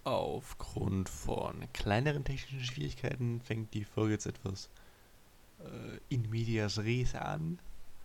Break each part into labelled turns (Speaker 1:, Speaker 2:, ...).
Speaker 1: Aufgrund von kleineren technischen Schwierigkeiten fängt die Folge jetzt etwas in medias res an.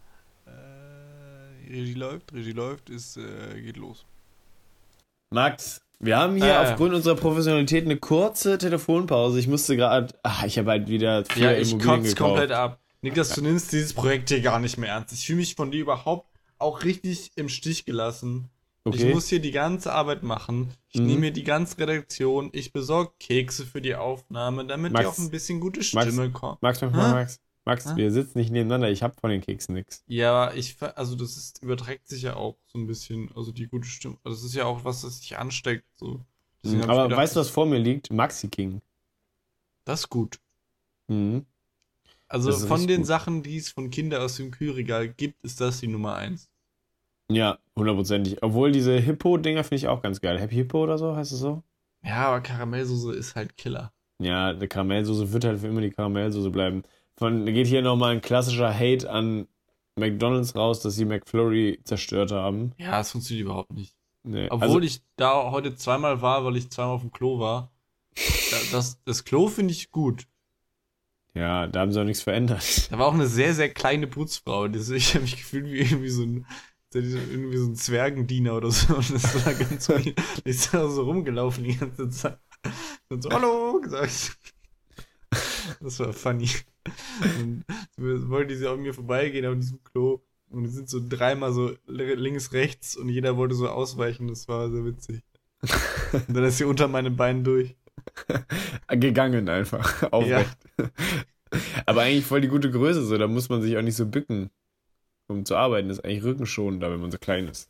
Speaker 1: Regie läuft, geht los.
Speaker 2: Max, wir haben hier aufgrund unserer Professionalität eine kurze Telefonpause. Ich musste gerade, ich habe halt wieder 4
Speaker 1: ich
Speaker 2: Immobilien
Speaker 1: kotze
Speaker 2: gekauft.
Speaker 1: komplett ab. Niklas, du nimmst dieses Projekt hier gar nicht mehr ernst. Ich fühle mich von dir überhaupt auch richtig im Stich gelassen.
Speaker 2: Okay.
Speaker 1: Ich muss hier die ganze Arbeit machen. Ich nehme mir die ganze Redaktion. Ich besorge Kekse für die Aufnahme, damit
Speaker 2: Max,
Speaker 1: die auch ein bisschen gute Stimme kommt.
Speaker 2: Max, wir sitzen nicht nebeneinander. Ich hab von den Keksen nichts.
Speaker 1: Ja, also überträgt sich ja auch so ein bisschen, also die gute Stimme. Also das ist ja auch was, das sich ansteckt. So.
Speaker 2: Aber gedacht, weißt du, was vor mir liegt? Maxi King.
Speaker 1: Das ist gut.
Speaker 2: Mhm.
Speaker 1: Also von den Sachen, die es von Kindern aus dem Kühlregal gibt, ist das die Nummer 1.
Speaker 2: Ja, 100%. Obwohl diese Hippo-Dinger finde ich auch ganz geil. Happy Hippo oder so, heißt es so?
Speaker 1: Ja, aber Karamellsoße ist halt Killer.
Speaker 2: Ja, eine Karamellsoße wird halt für immer die Karamellsoße bleiben. Geht hier nochmal ein klassischer Hate an McDonald's raus, dass sie McFlurry zerstört haben.
Speaker 1: Ja, das funktioniert überhaupt nicht.
Speaker 2: Nee,
Speaker 1: Obwohl ich da heute zweimal war, weil ich zweimal auf dem Klo war. Das Klo finde ich gut.
Speaker 2: Ja, da haben sie auch nichts verändert.
Speaker 1: Da war auch eine sehr, sehr kleine Putzfrau. Ich habe mich gefühlt wie irgendwie so ein Zwergendiener oder so. Und das war ganz weird. Die ist da so rumgelaufen die ganze Zeit. Und so, hallo, gesagt. Das war funny. Und wollte sie an mir vorbeigehen auf diesem Klo. Und die sind so dreimal so links, rechts und jeder wollte so ausweichen. Das war sehr witzig. Und dann ist sie unter meinen Beinen durch.
Speaker 2: Gegangen einfach. Aufrecht. Ja. Aber eigentlich voll die gute Größe so. Da muss man sich auch nicht so bücken, um zu arbeiten. Das ist eigentlich rückenschonender, wenn man so klein ist.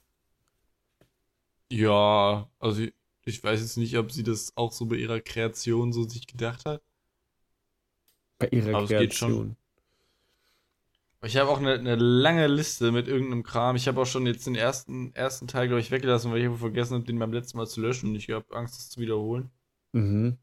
Speaker 1: Ja, also ich weiß jetzt nicht, ob sie das auch so bei ihrer Kreation so sich gedacht hat.
Speaker 2: Bei ihrer Kreation.
Speaker 1: Ich habe auch eine lange Liste mit irgendeinem Kram. Ich habe auch schon jetzt den ersten Teil, glaube ich, weggelassen, weil ich vergessen habe, den beim letzten Mal zu löschen. Und ich habe Angst, das zu wiederholen.
Speaker 2: Mhm.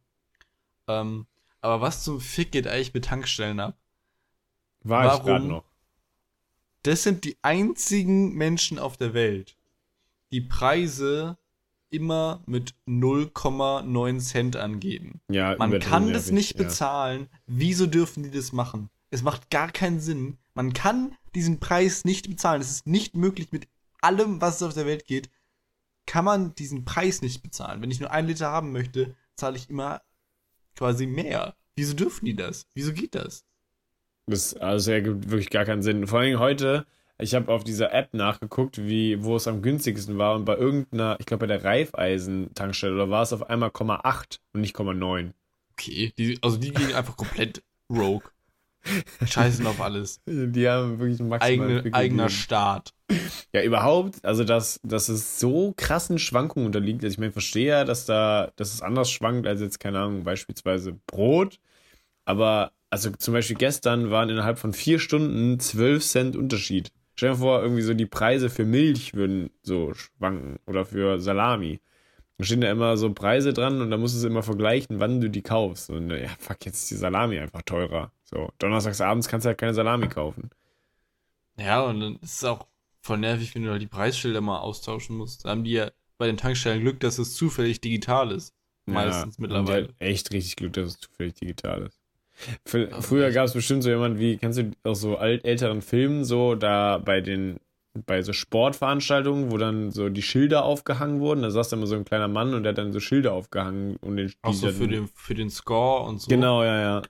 Speaker 1: Aber was zum Fick geht eigentlich mit Tankstellen ab?
Speaker 2: War ich gerade noch.
Speaker 1: Das sind die einzigen Menschen auf der Welt, die Preise immer mit 0,9 Cent angeben.
Speaker 2: Ja,
Speaker 1: man kann das nicht bezahlen. Wieso dürfen die das machen? Es macht gar keinen Sinn. Man kann diesen Preis nicht bezahlen. Es ist nicht möglich, mit allem, was es auf der Welt geht, kann man diesen Preis nicht bezahlen. Wenn ich nur 1 Liter haben möchte, zahle ich immer quasi mehr. Wieso dürfen die das? Wieso geht das?
Speaker 2: Das ergibt wirklich gar keinen Sinn. Vor allem heute, ich habe auf dieser App nachgeguckt, wo es am günstigsten war und bei irgendeiner, ich glaube bei der Raiffeisen-Tankstelle, oder war es auf einmal 0,8 und nicht 0,9.
Speaker 1: Okay, die gehen einfach komplett rogue. Scheißen auf alles.
Speaker 2: Die haben wirklich maximal
Speaker 1: eigener Staat.
Speaker 2: Ja, überhaupt, also dass es so krassen Schwankungen unterliegt. Also ich meine, ich verstehe ja, dass es anders schwankt als jetzt, keine Ahnung, beispielsweise Brot. Aber, also zum Beispiel gestern waren innerhalb von 4 Stunden 12 Cent Unterschied. Stell dir vor, irgendwie so die Preise für Milch würden so schwanken oder für Salami. Da stehen da immer so Preise dran und da musst du es immer vergleichen, wann du die kaufst. Und ja, fuck, jetzt ist die Salami einfach teurer. So, donnerstags abends kannst du halt keine Salami kaufen.
Speaker 1: Ja, und dann ist es auch voll nervig, wenn du halt die Preisschilder mal austauschen musst. Da haben die ja bei den Tankstellen Glück, dass es zufällig digital ist. Meistens mittlerweile.
Speaker 2: Halt echt richtig Glück, dass es zufällig digital ist. Früher gab es bestimmt so jemanden wie, kennst du aus so älteren Filmen, so da bei so Sportveranstaltungen, wo dann so die Schilder aufgehangen wurden, da saß da immer so ein kleiner Mann und der hat dann so Schilder aufgehangen und den
Speaker 1: auch so für den Score und so.
Speaker 2: Genau, ja.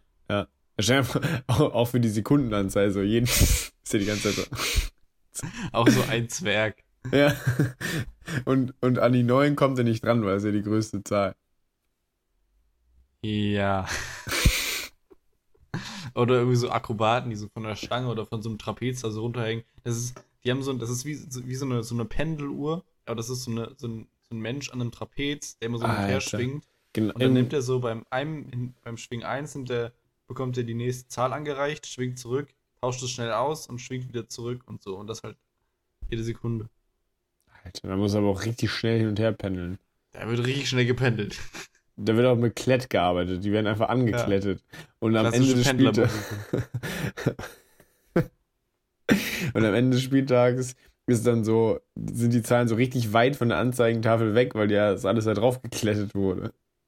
Speaker 2: Auch für die Sekundenanzahl, so jeden ist ja die ganze Zeit so.
Speaker 1: Auch so ein Zwerg.
Speaker 2: Ja. Und an die 9 kommt er nicht dran, weil es ja die größte Zahl.
Speaker 1: Ja. Oder irgendwie so Akrobaten, die so von der Stange oder von so einem Trapez da so runterhängen. Das ist wie so eine Pendeluhr, aber das ist so ein Mensch an einem Trapez, der immer so hin und her schwingt.
Speaker 2: Genau.
Speaker 1: Und dann nimmt er so beim Schwing 1 bekommt er die nächste Zahl angereicht, schwingt zurück, tauscht es schnell aus und schwingt wieder zurück und so. Und das halt jede Sekunde.
Speaker 2: Alter, da muss er aber auch richtig schnell hin und her pendeln.
Speaker 1: Da wird richtig schnell gependelt.
Speaker 2: Da wird auch mit Klett gearbeitet. Die werden einfach angeklettet. Ja. Und am Ende des Spieltags. Und am Ende des Spieltags ist dann so, sind die Zahlen so richtig weit von der Anzeigentafel weg, weil ja das alles da drauf geklettet wurde.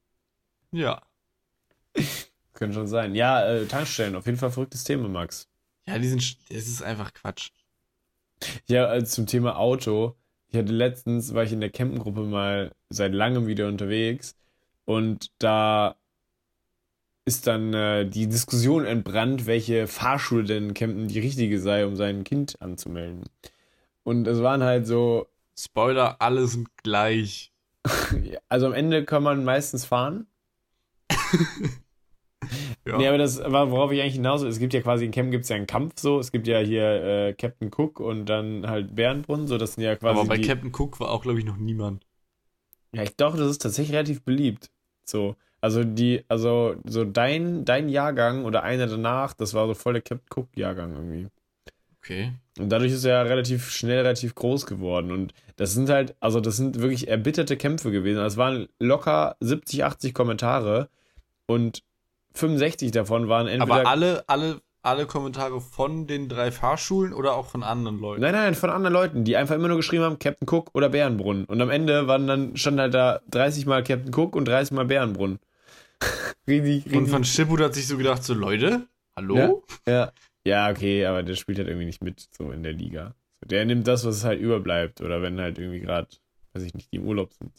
Speaker 1: Ja.
Speaker 2: Könnte schon sein. Ja, Tankstellen, auf jeden Fall verrücktes Thema, Max.
Speaker 1: Ja, es ist einfach Quatsch.
Speaker 2: Ja, zum Thema Auto. Ich hatte letztens, war ich in der Campingruppe mal seit langem wieder unterwegs und da ist dann die Diskussion entbrannt, welche Fahrschule denn in Kempten die richtige sei, um sein Kind anzumelden. Und es waren halt so,
Speaker 1: Spoiler, alle sind gleich.
Speaker 2: also am Ende kann man meistens fahren.
Speaker 1: Ja.
Speaker 2: Nee, aber das war, worauf ich eigentlich hinaus will. Es gibt ja quasi in Kempten gibt es ja einen Kampf so. Es gibt ja hier Captain Cook und dann halt Bärenbrunn. So, das sind ja quasi
Speaker 1: Aber bei
Speaker 2: die,
Speaker 1: Captain Cook war auch, glaube ich, noch niemand.
Speaker 2: ja, ich glaube, das ist tatsächlich relativ beliebt. So, also so dein Jahrgang oder einer danach, das war so voll der Captain Cook-Jahrgang irgendwie.
Speaker 1: Okay.
Speaker 2: Und dadurch ist er ja relativ schnell relativ groß geworden. Und das sind halt, also das sind wirklich erbitterte Kämpfe gewesen. Es waren locker 70, 80 Kommentare und 65 davon waren entweder.
Speaker 1: Aber alle Kommentare von den 3 Fahrschulen oder auch von anderen Leuten?
Speaker 2: Nein, von anderen Leuten, die einfach immer nur geschrieben haben, Captain Cook oder Bärenbrunn. Und am Ende stand halt da 30 Mal Captain Cook und 30 Mal Bärenbrunn. Richtig.
Speaker 1: Und von Schipud hat sich so gedacht, so Leute, hallo?
Speaker 2: Ja. Ja, okay, aber der spielt halt irgendwie nicht mit, so in der Liga. So, der nimmt das, was halt überbleibt. Oder wenn halt irgendwie gerade, weiß ich nicht, die im Urlaub sind.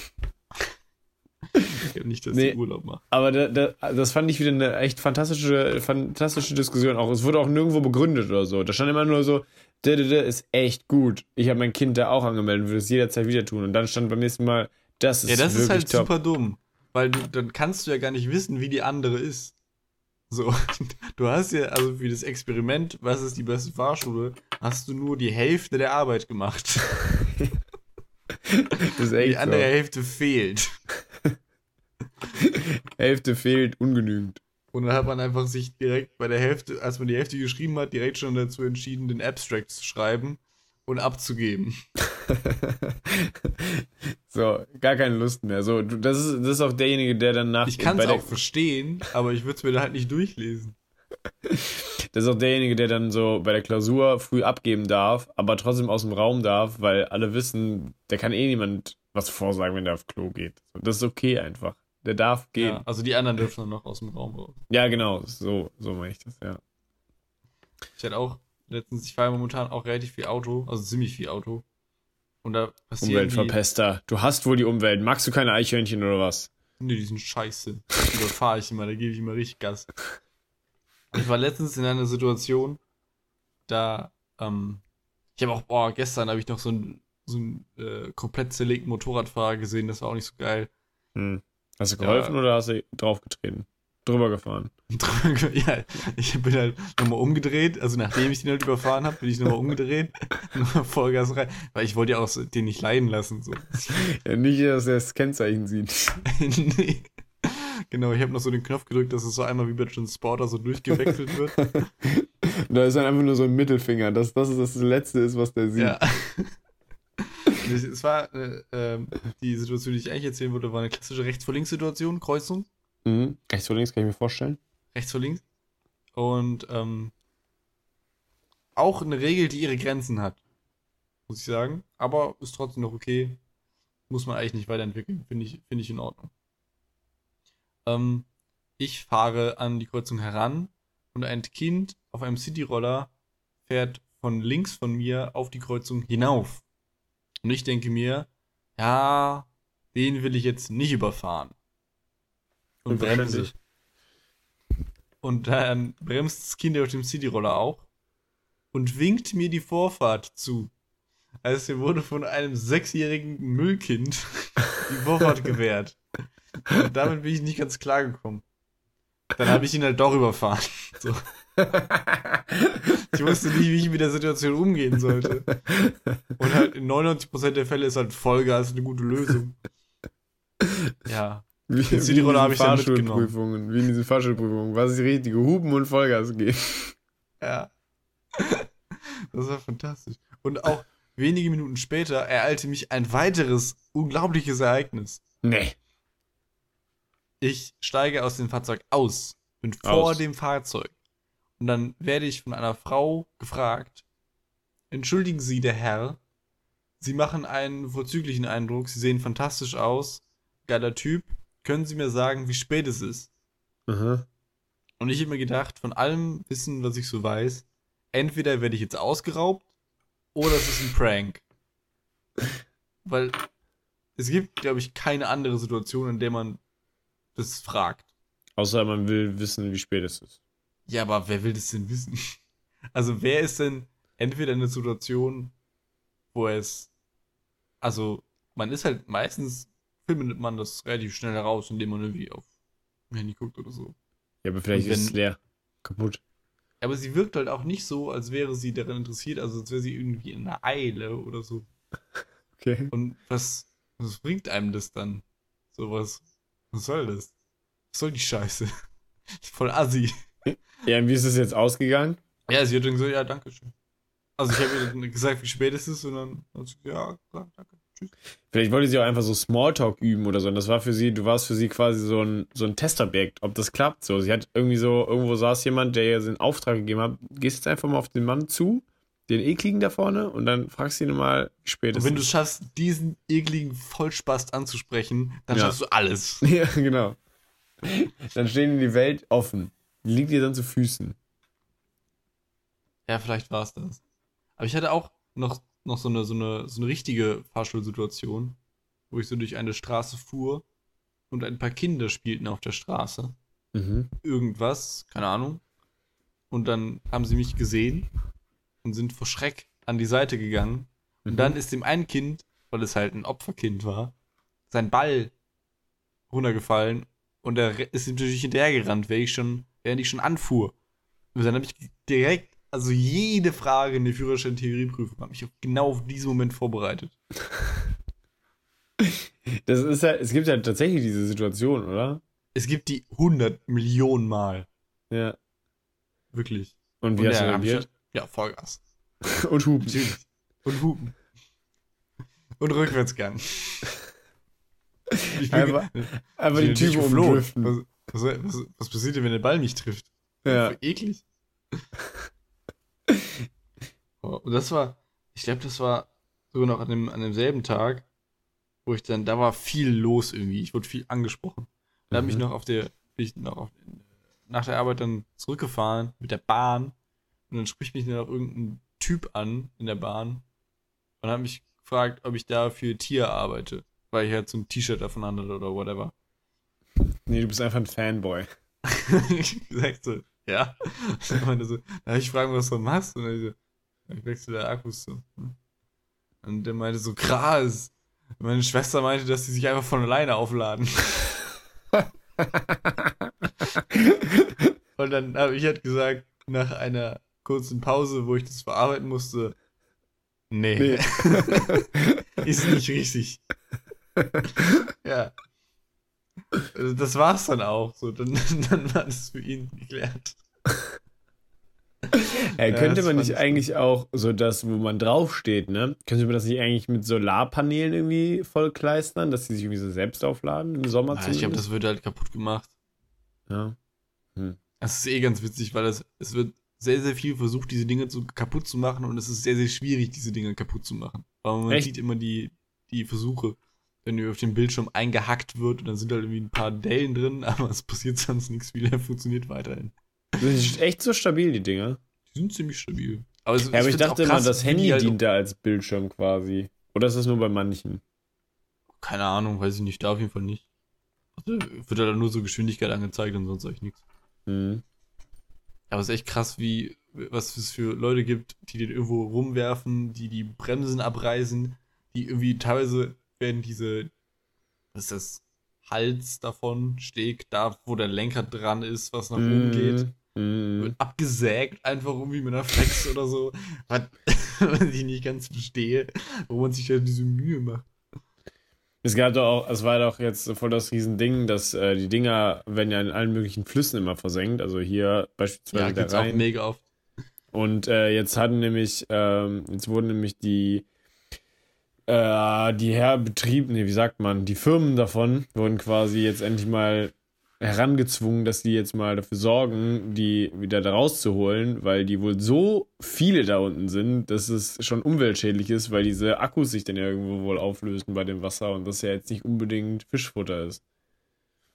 Speaker 1: Ja, nicht, dass
Speaker 2: Nee.
Speaker 1: die Urlaub machen.
Speaker 2: Aber das fand ich wieder eine echt fantastische Diskussion. Auch es wurde auch nirgendwo begründet oder so. Da stand immer nur so, ist echt gut. Ich habe mein Kind da auch angemeldet und würde es jederzeit wieder tun. Und dann stand beim nächsten Mal, das ist
Speaker 1: Ja, das
Speaker 2: wirklich
Speaker 1: ist halt
Speaker 2: top.
Speaker 1: super dumm. Weil dann kannst du ja gar nicht wissen, wie die andere ist. So, du hast ja, also für das Experiment, was ist die beste Fahrschule, hast du nur die Hälfte der Arbeit gemacht.
Speaker 2: Das ist
Speaker 1: Die
Speaker 2: echt
Speaker 1: andere
Speaker 2: so.
Speaker 1: Hälfte fehlt.
Speaker 2: Hälfte fehlt, ungenügend.
Speaker 1: Und dann hat man einfach sich direkt bei der Hälfte, als man die Hälfte geschrieben hat, direkt schon dazu entschieden, den Abstract zu schreiben und abzugeben.
Speaker 2: So, gar keine Lust mehr. So, das ist auch derjenige, der dann nach.
Speaker 1: Ich kann es
Speaker 2: bei der-
Speaker 1: auch verstehen, aber ich würde es mir da halt nicht durchlesen.
Speaker 2: Das ist auch derjenige, der dann so bei der Klausur früh abgeben darf, aber trotzdem aus dem Raum darf, weil alle wissen, der kann eh niemand was vorsagen, wenn der auf Klo geht. So, das ist okay einfach. Der darf gehen.
Speaker 1: Ja, also die anderen dürfen dann noch aus dem Raum raus.
Speaker 2: Ja, genau. So meine ich das, ja.
Speaker 1: Ich hatte auch letztens, ich fahre momentan auch relativ viel Auto, also ziemlich viel Auto. Und da passieren
Speaker 2: Umweltverpester. Du hast wohl die Umwelt. Magst du keine Eichhörnchen oder was?
Speaker 1: die sind scheiße. Die überfahre ich immer, da gebe ich immer richtig Gas. Ich war letztens in einer Situation, da, ich habe auch, gestern habe ich noch so ein komplett zerlegten Motorradfahrer gesehen, das war auch nicht so geil.
Speaker 2: Hm. Hast du geholfen oder hast du draufgetreten? Drüber gefahren?
Speaker 1: Ja, ich bin halt nochmal umgedreht, also nachdem ich den halt überfahren habe, bin ich nochmal umgedreht, nochmal Vollgas rein, weil ich wollte ja auch den nicht leiden lassen, so.
Speaker 2: Ja, nicht, dass er das Kennzeichen sieht.
Speaker 1: Nee. Genau, ich habe noch so den Knopf gedrückt, dass es so einmal wie bei Transporter so durchgewechselt wird.
Speaker 2: Und da ist dann einfach nur so ein Mittelfinger, dass das Letzte ist, was der sieht.
Speaker 1: Ja. Es war, die Situation, die ich eigentlich erzählen wollte, war eine klassische Rechts-vor-Links-Situation, Kreuzung.
Speaker 2: Mhm. Rechts vor links kann ich mir vorstellen.
Speaker 1: Rechts vor links. Und auch eine Regel, die ihre Grenzen hat, muss ich sagen. Aber ist trotzdem noch okay. Muss man eigentlich nicht weiterentwickeln. Finde ich in Ordnung. Ich fahre an die Kreuzung heran und ein Kind auf einem Cityroller fährt von links von mir auf die Kreuzung hinauf. Und ich denke mir, ja, den will ich jetzt nicht überfahren. Und bremse.
Speaker 2: Verständlich.
Speaker 1: Und dann bremst das Kind auf dem Cityroller auch und winkt mir die Vorfahrt zu. Also mir wurde von einem 6-jährigen Müllkind die Vorfahrt gewährt. Und damit bin ich nicht ganz klar gekommen. Dann habe ich ihn halt doch überfahren. So. Ich wusste nicht, wie ich mit der Situation umgehen sollte. Und halt in 99% der Fälle ist halt Vollgas eine gute Lösung. Ja.
Speaker 2: Wie
Speaker 1: Den Cityroller habe ich dann
Speaker 2: Fahrschulprüfungen. Wie in diesen Fahrschulprüfungen. Was ist die richtige? Hupen und Vollgas geben.
Speaker 1: Ja. Das war fantastisch. Und auch wenige Minuten später ereilte mich ein weiteres unglaubliches Ereignis.
Speaker 2: Nee.
Speaker 1: Ich steige aus dem Fahrzeug aus, bin vor dem Fahrzeug. Und dann werde ich von einer Frau gefragt, entschuldigen Sie, der Herr, Sie machen einen vorzüglichen Eindruck, Sie sehen fantastisch aus, geiler Typ, können Sie mir sagen, wie spät es ist?
Speaker 2: Aha.
Speaker 1: Und ich habe mir gedacht, von allem Wissen, was ich so weiß, entweder werde ich jetzt ausgeraubt oder es ist ein Prank. Weil es gibt, glaube ich, keine andere Situation, in der man das fragt.
Speaker 2: Außer man will wissen, wie spät es ist.
Speaker 1: Ja, aber wer will das denn wissen? Also wer ist denn entweder in einer Situation, wo es, also man ist halt meistens, findet man das relativ schnell heraus, indem man irgendwie auf dem Handy guckt oder so.
Speaker 2: Ja, aber vielleicht
Speaker 1: Und
Speaker 2: ist es leer. Kaputt.
Speaker 1: aber sie wirkt halt auch nicht so, als wäre sie daran interessiert, also als wäre sie irgendwie in einer Eile oder so.
Speaker 2: Okay.
Speaker 1: Und was bringt einem das dann? Sowas. Was soll das? Was soll die Scheiße? Voll assi.
Speaker 2: Ja, und wie ist es jetzt ausgegangen?
Speaker 1: Ja, sie hat dann gesagt, ja, danke schön. Also ich habe ihr dann gesagt, wie spät es ist und dann hat sie gesagt, ja, klar, danke, tschüss.
Speaker 2: Vielleicht wollte sie auch einfach so Smalltalk üben oder so. Und das war für sie, du warst für sie quasi so ein Testobjekt, ob das klappt. So, sie hat irgendwie so, irgendwo saß jemand, der ihr den Auftrag gegeben hat, gehst jetzt einfach mal auf den Mann zu, den ekligen da vorne, und dann fragst du ihn mal, wie spät es
Speaker 1: Und wenn du
Speaker 2: ist.
Speaker 1: es schaffst, diesen ekligen Vollspast anzusprechen, dann
Speaker 2: Ja.
Speaker 1: schaffst du alles.
Speaker 2: Ja, genau. Dann stehen die Welt offen. Die liegt dir dann zu Füßen.
Speaker 1: Ja, vielleicht war es das. Aber ich hatte auch noch so eine richtige Fahrstuhlsituation, wo ich so durch eine Straße fuhr und ein paar Kinder spielten auf der Straße.
Speaker 2: Mhm.
Speaker 1: Irgendwas, keine Ahnung. Und dann haben sie mich gesehen und sind vor Schreck an die Seite gegangen. Und dann ist dem einen Kind, weil es halt ein Opferkind war, sein Ball runtergefallen und er ist ihm natürlich hinterhergerannt, während ich schon anfuhr. Und dann habe ich direkt, also jede Frage in der Führerschein-Theorieprüfung, habe mich genau auf diesen Moment vorbereitet.
Speaker 2: Das ist halt, es gibt halt tatsächlich diese Situation, oder?
Speaker 1: Es gibt die 100 Millionen Mal.
Speaker 2: Ja.
Speaker 1: Wirklich.
Speaker 2: Und wie hast du
Speaker 1: hab ich
Speaker 2: reagiert?
Speaker 1: ja, Vollgas.
Speaker 2: Und Hupen.
Speaker 1: Natürlich. Und Hupen. Und Rückwärtsgang. Ich bin
Speaker 2: Einfach die
Speaker 1: nicht
Speaker 2: Typen
Speaker 1: geflohen.
Speaker 2: umdriften.
Speaker 1: Was passiert denn, wenn der Ball mich trifft?
Speaker 2: Ja.
Speaker 1: Voll eklig. Und ich glaube, das war sogar noch an demselben Tag, wo da war viel los irgendwie. Ich wurde viel angesprochen. Da habe ich bin ich nach der Arbeit dann zurückgefahren mit der Bahn und dann spricht mich dann auch irgendein Typ an in der Bahn und hat mich gefragt, ob ich da für Tier arbeite, weil ich halt so ein T-Shirt davon handle oder whatever.
Speaker 2: Nee, du bist einfach ein Fanboy.
Speaker 1: Ich gesagt so, ja. Und meinte so, darf ich fragen, was du machst? Und dann ich so, ich wechsle da Akkus so. Und der meinte so, krass. Meine Schwester meinte, dass die sich einfach von alleine aufladen. Und dann habe ich halt gesagt, nach einer kurzen Pause, wo ich das verarbeiten musste, nee. Ist nicht richtig. Ja. Also das war's dann auch. So, dann war das für ihn geklärt.
Speaker 2: Könnte
Speaker 1: das
Speaker 2: man
Speaker 1: fand
Speaker 2: nicht
Speaker 1: ich
Speaker 2: eigentlich auch so das, wo man draufsteht, ne? Könnte man das nicht eigentlich mit Solarpanelen irgendwie vollkleistern, dass die sich irgendwie so selbst aufladen im Sommer
Speaker 1: Ich glaube, das wird halt kaputt gemacht.
Speaker 2: Ja.
Speaker 1: Das ist eh ganz witzig, weil es wird sehr, sehr viel versucht, diese Dinge kaputt zu machen und es ist sehr, sehr schwierig, diese Dinge kaputt zu machen. Aber man
Speaker 2: Echt?
Speaker 1: sieht immer die Versuche, wenn auf dem Bildschirm eingehackt wird und dann sind halt irgendwie ein paar Dellen drin, aber es passiert sonst nichts wieder, funktioniert weiterhin.
Speaker 2: Sind die echt so stabil, die Dinger?
Speaker 1: Die sind ziemlich stabil. Aber ich
Speaker 2: Ja, aber ich
Speaker 1: find's
Speaker 2: dachte
Speaker 1: auch
Speaker 2: immer,
Speaker 1: krass,
Speaker 2: das
Speaker 1: wie
Speaker 2: Handy
Speaker 1: die halt,
Speaker 2: dient da als Bildschirm quasi. Oder ist das nur bei manchen?
Speaker 1: keine Ahnung, weiß ich nicht, da auf jeden Fall nicht. Also, wird halt nur so Geschwindigkeit angezeigt und sonst eigentlich nichts.
Speaker 2: Mhm.
Speaker 1: Aber es ist echt krass, was es für Leute gibt, die den irgendwo rumwerfen, die Bremsen abreißen, die irgendwie teilweise werden was ist das, Hals davon, Steg, da wo der Lenker dran ist, was nach oben geht, wird abgesägt, einfach irgendwie mit einer Flex oder so. Was ich nicht ganz verstehe, warum man sich da diese Mühe macht.
Speaker 2: Es war doch jetzt voll das Riesending, dass die Dinger werden ja in allen möglichen Flüssen immer versenkt. Also hier beispielsweise
Speaker 1: Ja,
Speaker 2: der
Speaker 1: gibt's auch
Speaker 2: Rhein.
Speaker 1: mega oft.
Speaker 2: Und jetzt wurden nämlich die wie sagt man, die Firmen davon wurden quasi jetzt endlich mal herangezwungen, dass die jetzt mal dafür sorgen, die wieder da rauszuholen, weil die wohl so viele da unten sind, dass es schon umweltschädlich ist, weil diese Akkus sich dann ja irgendwo wohl auflösen bei dem Wasser und das ja jetzt nicht unbedingt Fischfutter ist.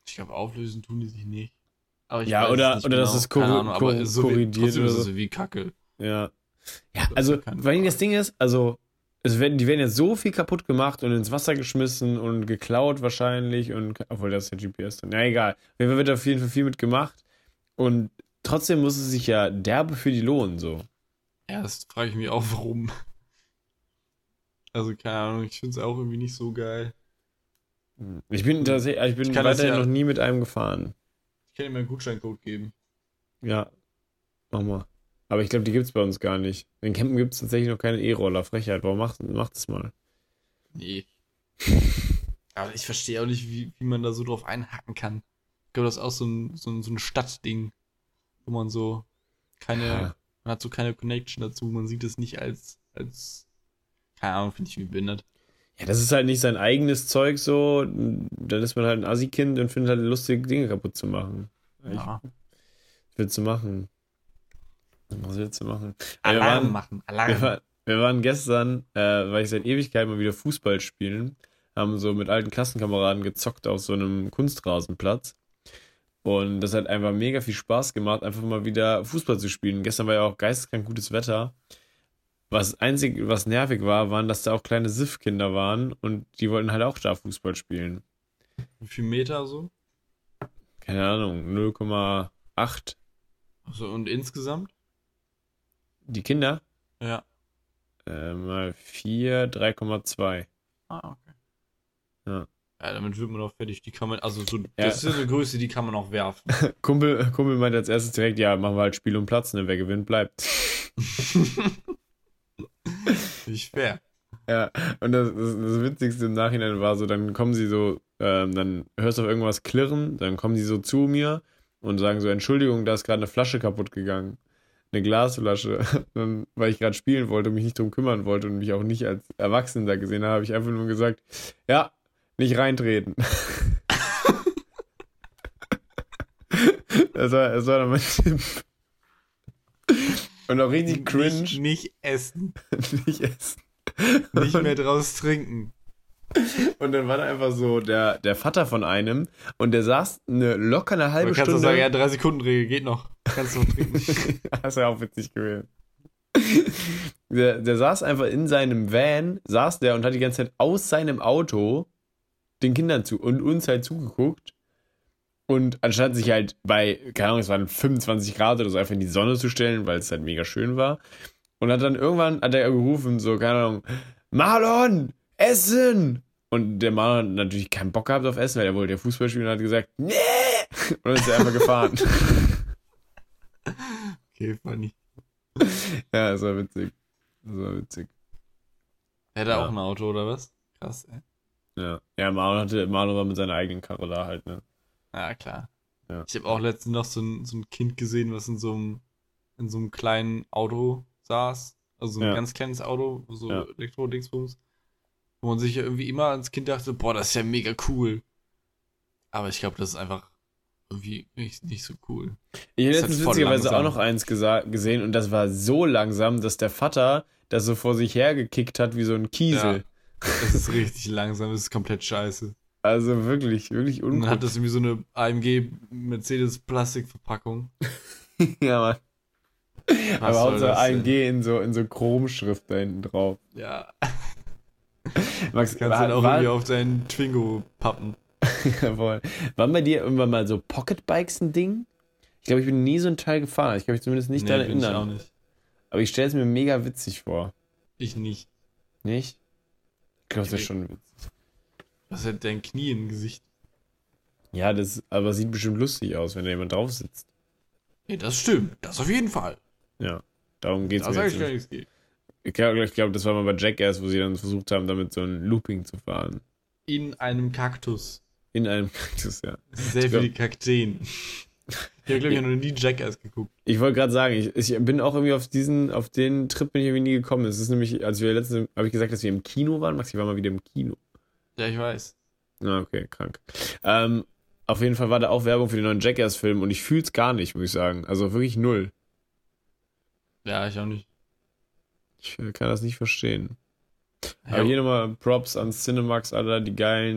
Speaker 1: Ich glaube, auflösen tun die sich nicht. Aber ich
Speaker 2: Ja,
Speaker 1: weiß es
Speaker 2: oder,
Speaker 1: nicht
Speaker 2: oder
Speaker 1: genau.
Speaker 2: dass es
Speaker 1: Keine Ahnung, aber so
Speaker 2: korrigiert
Speaker 1: trotzdem
Speaker 2: oder
Speaker 1: ist es
Speaker 2: so.
Speaker 1: so wie Kacke.
Speaker 2: Ja. Ja,
Speaker 1: Das ist ja
Speaker 2: also,
Speaker 1: keine
Speaker 2: weil das
Speaker 1: Frage.
Speaker 2: Ding ist, also, die werden jetzt so viel kaputt gemacht und ins Wasser geschmissen und geklaut wahrscheinlich und, obwohl das ist ja GPS dann. Ja, egal. Auf jeden Fall wird auf jeden Fall viel mit gemacht und trotzdem muss es sich ja derbe für die lohnen, so.
Speaker 1: Ja, das frage ich mich auch, warum. Also, keine Ahnung, ich finde es auch irgendwie nicht so geil.
Speaker 2: Ich bin
Speaker 1: Also,
Speaker 2: tatsächlich, ich
Speaker 1: ich
Speaker 2: bin
Speaker 1: kann das
Speaker 2: weiterhin noch
Speaker 1: ja,
Speaker 2: nie mit einem gefahren.
Speaker 1: ich kann dir mal einen Gutscheincode geben.
Speaker 2: Ja, mach mal. Aber ich glaube, die gibt's bei uns gar nicht. In Campen gibt es tatsächlich noch keine E-Roller. Frechheit. Warum macht es mal?
Speaker 1: Nee. Aber ich verstehe auch nicht, wie man da so drauf einhacken kann. Ich glaube, das ist auch so ein Stadtding, wo man so
Speaker 2: Ja.
Speaker 1: man hat so keine Connection dazu, man sieht es nicht keine Ahnung, finde ich wie behindert.
Speaker 2: Ja, das ist halt nicht sein eigenes Zeug so. Dann ist man halt ein Assi-Kind und findet halt lustige Dinge kaputt zu machen.
Speaker 1: Ja.
Speaker 2: Was willst du machen? Was willst du machen? Ja,
Speaker 1: Alarm machen, Alarm.
Speaker 2: wir waren gestern, weil ich seit Ewigkeit mal wieder Fußball spielen, haben so mit alten Klassenkameraden gezockt auf so einem Kunstrasenplatz. Und das hat einfach mega viel Spaß gemacht, einfach mal wieder Fußball zu spielen. Gestern war ja auch geisteskrank gutes Wetter. Was nervig war, waren, dass da auch kleine Siff-Kinder waren und die wollten halt auch da Fußball spielen.
Speaker 1: Wie viel Meter so?
Speaker 2: Keine Ahnung, 0,8.
Speaker 1: Also, und insgesamt?
Speaker 2: Die Kinder?
Speaker 1: Ja.
Speaker 2: Mal 4, 3,2.
Speaker 1: Ah, okay.
Speaker 2: Ja.
Speaker 1: Ja, damit wird man auch fertig. Die kann man, also so,
Speaker 2: Ja.
Speaker 1: das ist ja eine Größe, die kann man auch werfen.
Speaker 2: Kumpel meinte als erstes direkt, ja, machen wir halt Spiel um Platz, ne? Wer gewinnt, bleibt.
Speaker 1: Nicht fair.
Speaker 2: Ja, und das Witzigste im Nachhinein war so, dann kommen sie so, dann hörst du auf irgendwas klirren, dann kommen sie so zu mir und sagen so, Entschuldigung, da ist gerade eine Flasche kaputt gegangen. Eine Glasflasche. Dann, weil ich gerade spielen wollte und mich nicht drum kümmern wollte und mich auch nicht als Erwachsener da gesehen habe, habe ich einfach nur gesagt, ja, nicht reintreten. Das war dann mein Tipp. Und auch richtig cringe.
Speaker 1: Nicht essen.
Speaker 2: Nicht essen.
Speaker 1: Nicht mehr draus trinken.
Speaker 2: Und dann war da einfach so der Vater von einem und der saß locker eine halbe
Speaker 1: Man kann so
Speaker 2: Stunde.
Speaker 1: sagen, ja, 3-Sekunden-Regel geht noch. Kannst du noch trinken.
Speaker 2: Das wäre auch witzig gewesen. Der saß einfach in seinem Van, saß der und hat die ganze Zeit aus seinem Auto den Kindern und uns halt zugeguckt. Und anstatt sich halt keine Ahnung, es waren 25 Grad oder so, einfach in die Sonne zu stellen, weil es halt mega schön war. Und irgendwann hat er gerufen, so, keine Ahnung, Marlon, Essen! Und der Marlon hat natürlich keinen Bock gehabt auf Essen, weil er wollte ja Fußball spielen und hat gesagt, nee! Und dann ist er einfach gefahren.
Speaker 1: Okay, funny.
Speaker 2: Ja, das war witzig. Das war witzig.
Speaker 1: Er hat
Speaker 2: Ja.
Speaker 1: auch ein Auto, oder was? Krass, ey.
Speaker 2: Ja, ja, Marlon war mit seiner eigenen Karre da halt, ne?
Speaker 1: Ja, klar.
Speaker 2: Ja.
Speaker 1: Ich habe auch letztens noch so ein Kind gesehen, was in so einem kleinen Auto saß. Also so ein
Speaker 2: Ja.
Speaker 1: ganz kleines Auto, so
Speaker 2: Ja.
Speaker 1: Elektro-Dingsbums. Wo man sich ja irgendwie immer als Kind dachte, boah, das ist ja mega cool. Aber ich glaube, das ist einfach irgendwie nicht so cool.
Speaker 2: Ich habe
Speaker 1: Ist
Speaker 2: letztens
Speaker 1: halt voll
Speaker 2: witzigerweise auch
Speaker 1: langsam.
Speaker 2: noch eins gesehen und das war so langsam, dass der Vater das so vor sich hergekickt hat wie so ein Kiesel.
Speaker 1: Das ist richtig langsam, das ist komplett scheiße.
Speaker 2: Also wirklich, wirklich
Speaker 1: Und dann hat
Speaker 2: uncool.
Speaker 1: das irgendwie so eine AMG Mercedes Plastikverpackung.
Speaker 2: Ja, Mann.
Speaker 1: Was
Speaker 2: Aber
Speaker 1: soll
Speaker 2: auch so
Speaker 1: das denn?
Speaker 2: AMG in so Chromschrift da hinten drauf.
Speaker 1: Ja,
Speaker 2: Max,
Speaker 1: kannst du dann auch irgendwie auf deinen Twingo pappen.
Speaker 2: Jawohl. Waren bei dir irgendwann mal so Pocketbikes ein Ding? Ich glaube, ich bin nie so ein Teil gefahren. Ich kann mich zumindest nicht daran
Speaker 1: bin ich auch
Speaker 2: erinnern.
Speaker 1: nicht.
Speaker 2: Aber ich stelle es mir mega witzig vor.
Speaker 1: Ich nicht.
Speaker 2: Nicht? Ich glaube, das ist
Speaker 1: Okay.
Speaker 2: schon witzig.
Speaker 1: Was hat dein Knie im Gesicht?
Speaker 2: Ja, das aber sieht bestimmt lustig aus, wenn da jemand drauf sitzt.
Speaker 1: Nee, das stimmt. Das auf jeden Fall.
Speaker 2: Ja, darum geht es
Speaker 1: Da
Speaker 2: mir
Speaker 1: sage
Speaker 2: jetzt
Speaker 1: ich gar
Speaker 2: nicht.
Speaker 1: nichts gegen.
Speaker 2: Ich glaub, das war mal bei Jackass, wo sie dann versucht haben, damit so ein Looping zu fahren.
Speaker 1: In einem Kaktus.
Speaker 2: In einem Kaktus, ja.
Speaker 1: Sehr
Speaker 2: Ich glaub-
Speaker 1: viele Kakteen. Ich habe, glaube ich, noch nie Jackass geguckt.
Speaker 2: Ich wollte gerade sagen, ich bin auch irgendwie auf den Trip bin ich irgendwie nie gekommen. Es ist nämlich, als wir letztens, habe ich gesagt, dass wir im Kino waren. Max, ich war mal wieder im Kino.
Speaker 1: Ja, ich weiß.
Speaker 2: Ah, okay, krank. Auf jeden Fall war da auch Werbung für den neuen Jackass-Film und ich fühle es gar nicht, muss ich sagen. Also wirklich null.
Speaker 1: Ja, ich auch nicht.
Speaker 2: Ich kann das nicht verstehen.
Speaker 1: Ja,
Speaker 2: Aber hier nochmal Props an Cinemax, Alter, die geilen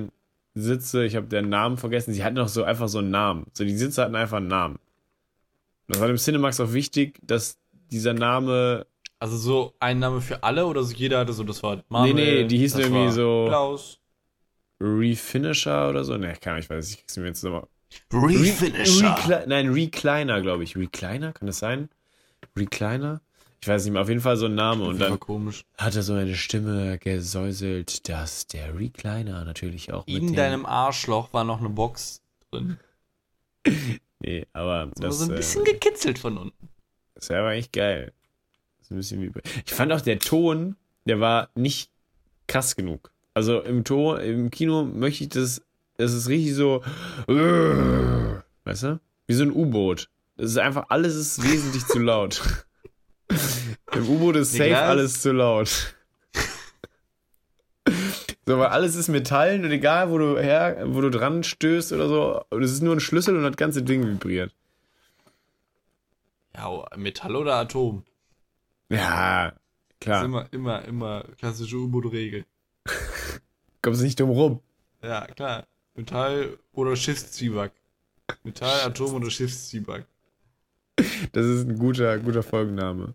Speaker 2: Sitze, ich habe den Namen vergessen, sie hatten noch so einfach so einen Namen. So, die Sitze hatten einfach einen Namen. Und das war dem Cinemax auch wichtig, dass dieser Name.
Speaker 1: Also so ein Name für alle oder so jeder hatte so, das war Manuel,
Speaker 2: Nee, die hießen
Speaker 1: das
Speaker 2: irgendwie
Speaker 1: war
Speaker 2: so
Speaker 1: Klaus.
Speaker 2: Refinisher oder so. Ne, keine Ahnung, ich weiß nicht, ich krieg's mir jetzt nochmal.
Speaker 1: Refinisher.
Speaker 2: Nein, Recliner, glaube ich. Recliner, kann das sein? Recliner? Ich weiß nicht mehr, auf jeden Fall so ein Name. Und dann
Speaker 1: komisch.
Speaker 2: hat er so eine Stimme gesäuselt, dass der Recliner natürlich auch
Speaker 1: In deinem Arschloch war noch eine Box drin.
Speaker 2: Nee, aber
Speaker 1: Das war so ein bisschen gekitzelt von unten.
Speaker 2: Das wäre aber eigentlich geil. Das ist ein bisschen wie. Ich fand auch der Ton, der war nicht krass genug. Also im Kino möchte ich das ist richtig so, weißt du? Wie so ein U-Boot. Das ist einfach, alles ist wesentlich zu laut. Im U-Boot ist safe alles zu laut. So, weil alles ist Metall und egal, wo du dran stößt oder so, es ist nur ein Schlüssel und das ganze Ding vibriert.
Speaker 1: Ja, Metall oder Atom?
Speaker 2: Ja, klar.
Speaker 1: Das ist immer klassische U-Boot-Regel.
Speaker 2: Kommst nicht drum rum.
Speaker 1: Ja, klar. Metall oder Schiffszwieback. Metall, Atom oder Schiffszwieback.
Speaker 2: Das ist ein guter Folgenname.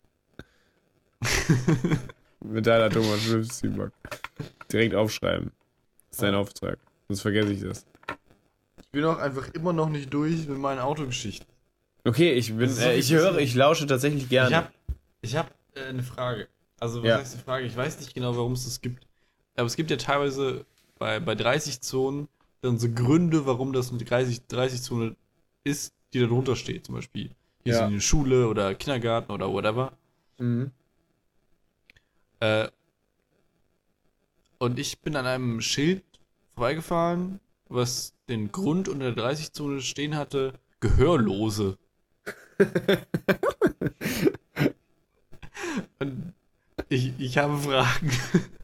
Speaker 2: Metall, Atom oder Schiffszwieback. Direkt aufschreiben. Das ist dein Auftrag. Sonst vergesse ich das.
Speaker 1: Ich bin auch einfach immer noch nicht durch mit meinen Autogeschichten.
Speaker 2: Okay, ich lausche tatsächlich gerne.
Speaker 1: Ich hab eine Frage. Also, was heißt die Frage? Ich weiß nicht genau, warum es das gibt. Aber es gibt ja teilweise bei 30-Zonen dann so Gründe, warum das eine 30-Zone ist, die da drunter steht. Zum Beispiel hier so eine Schule oder Kindergarten oder whatever.
Speaker 2: Mhm.
Speaker 1: Und ich bin an einem Schild vorbeigefahren, was den Grund unter der 30-Zone stehen hatte: Gehörlose. Und ich habe Fragen.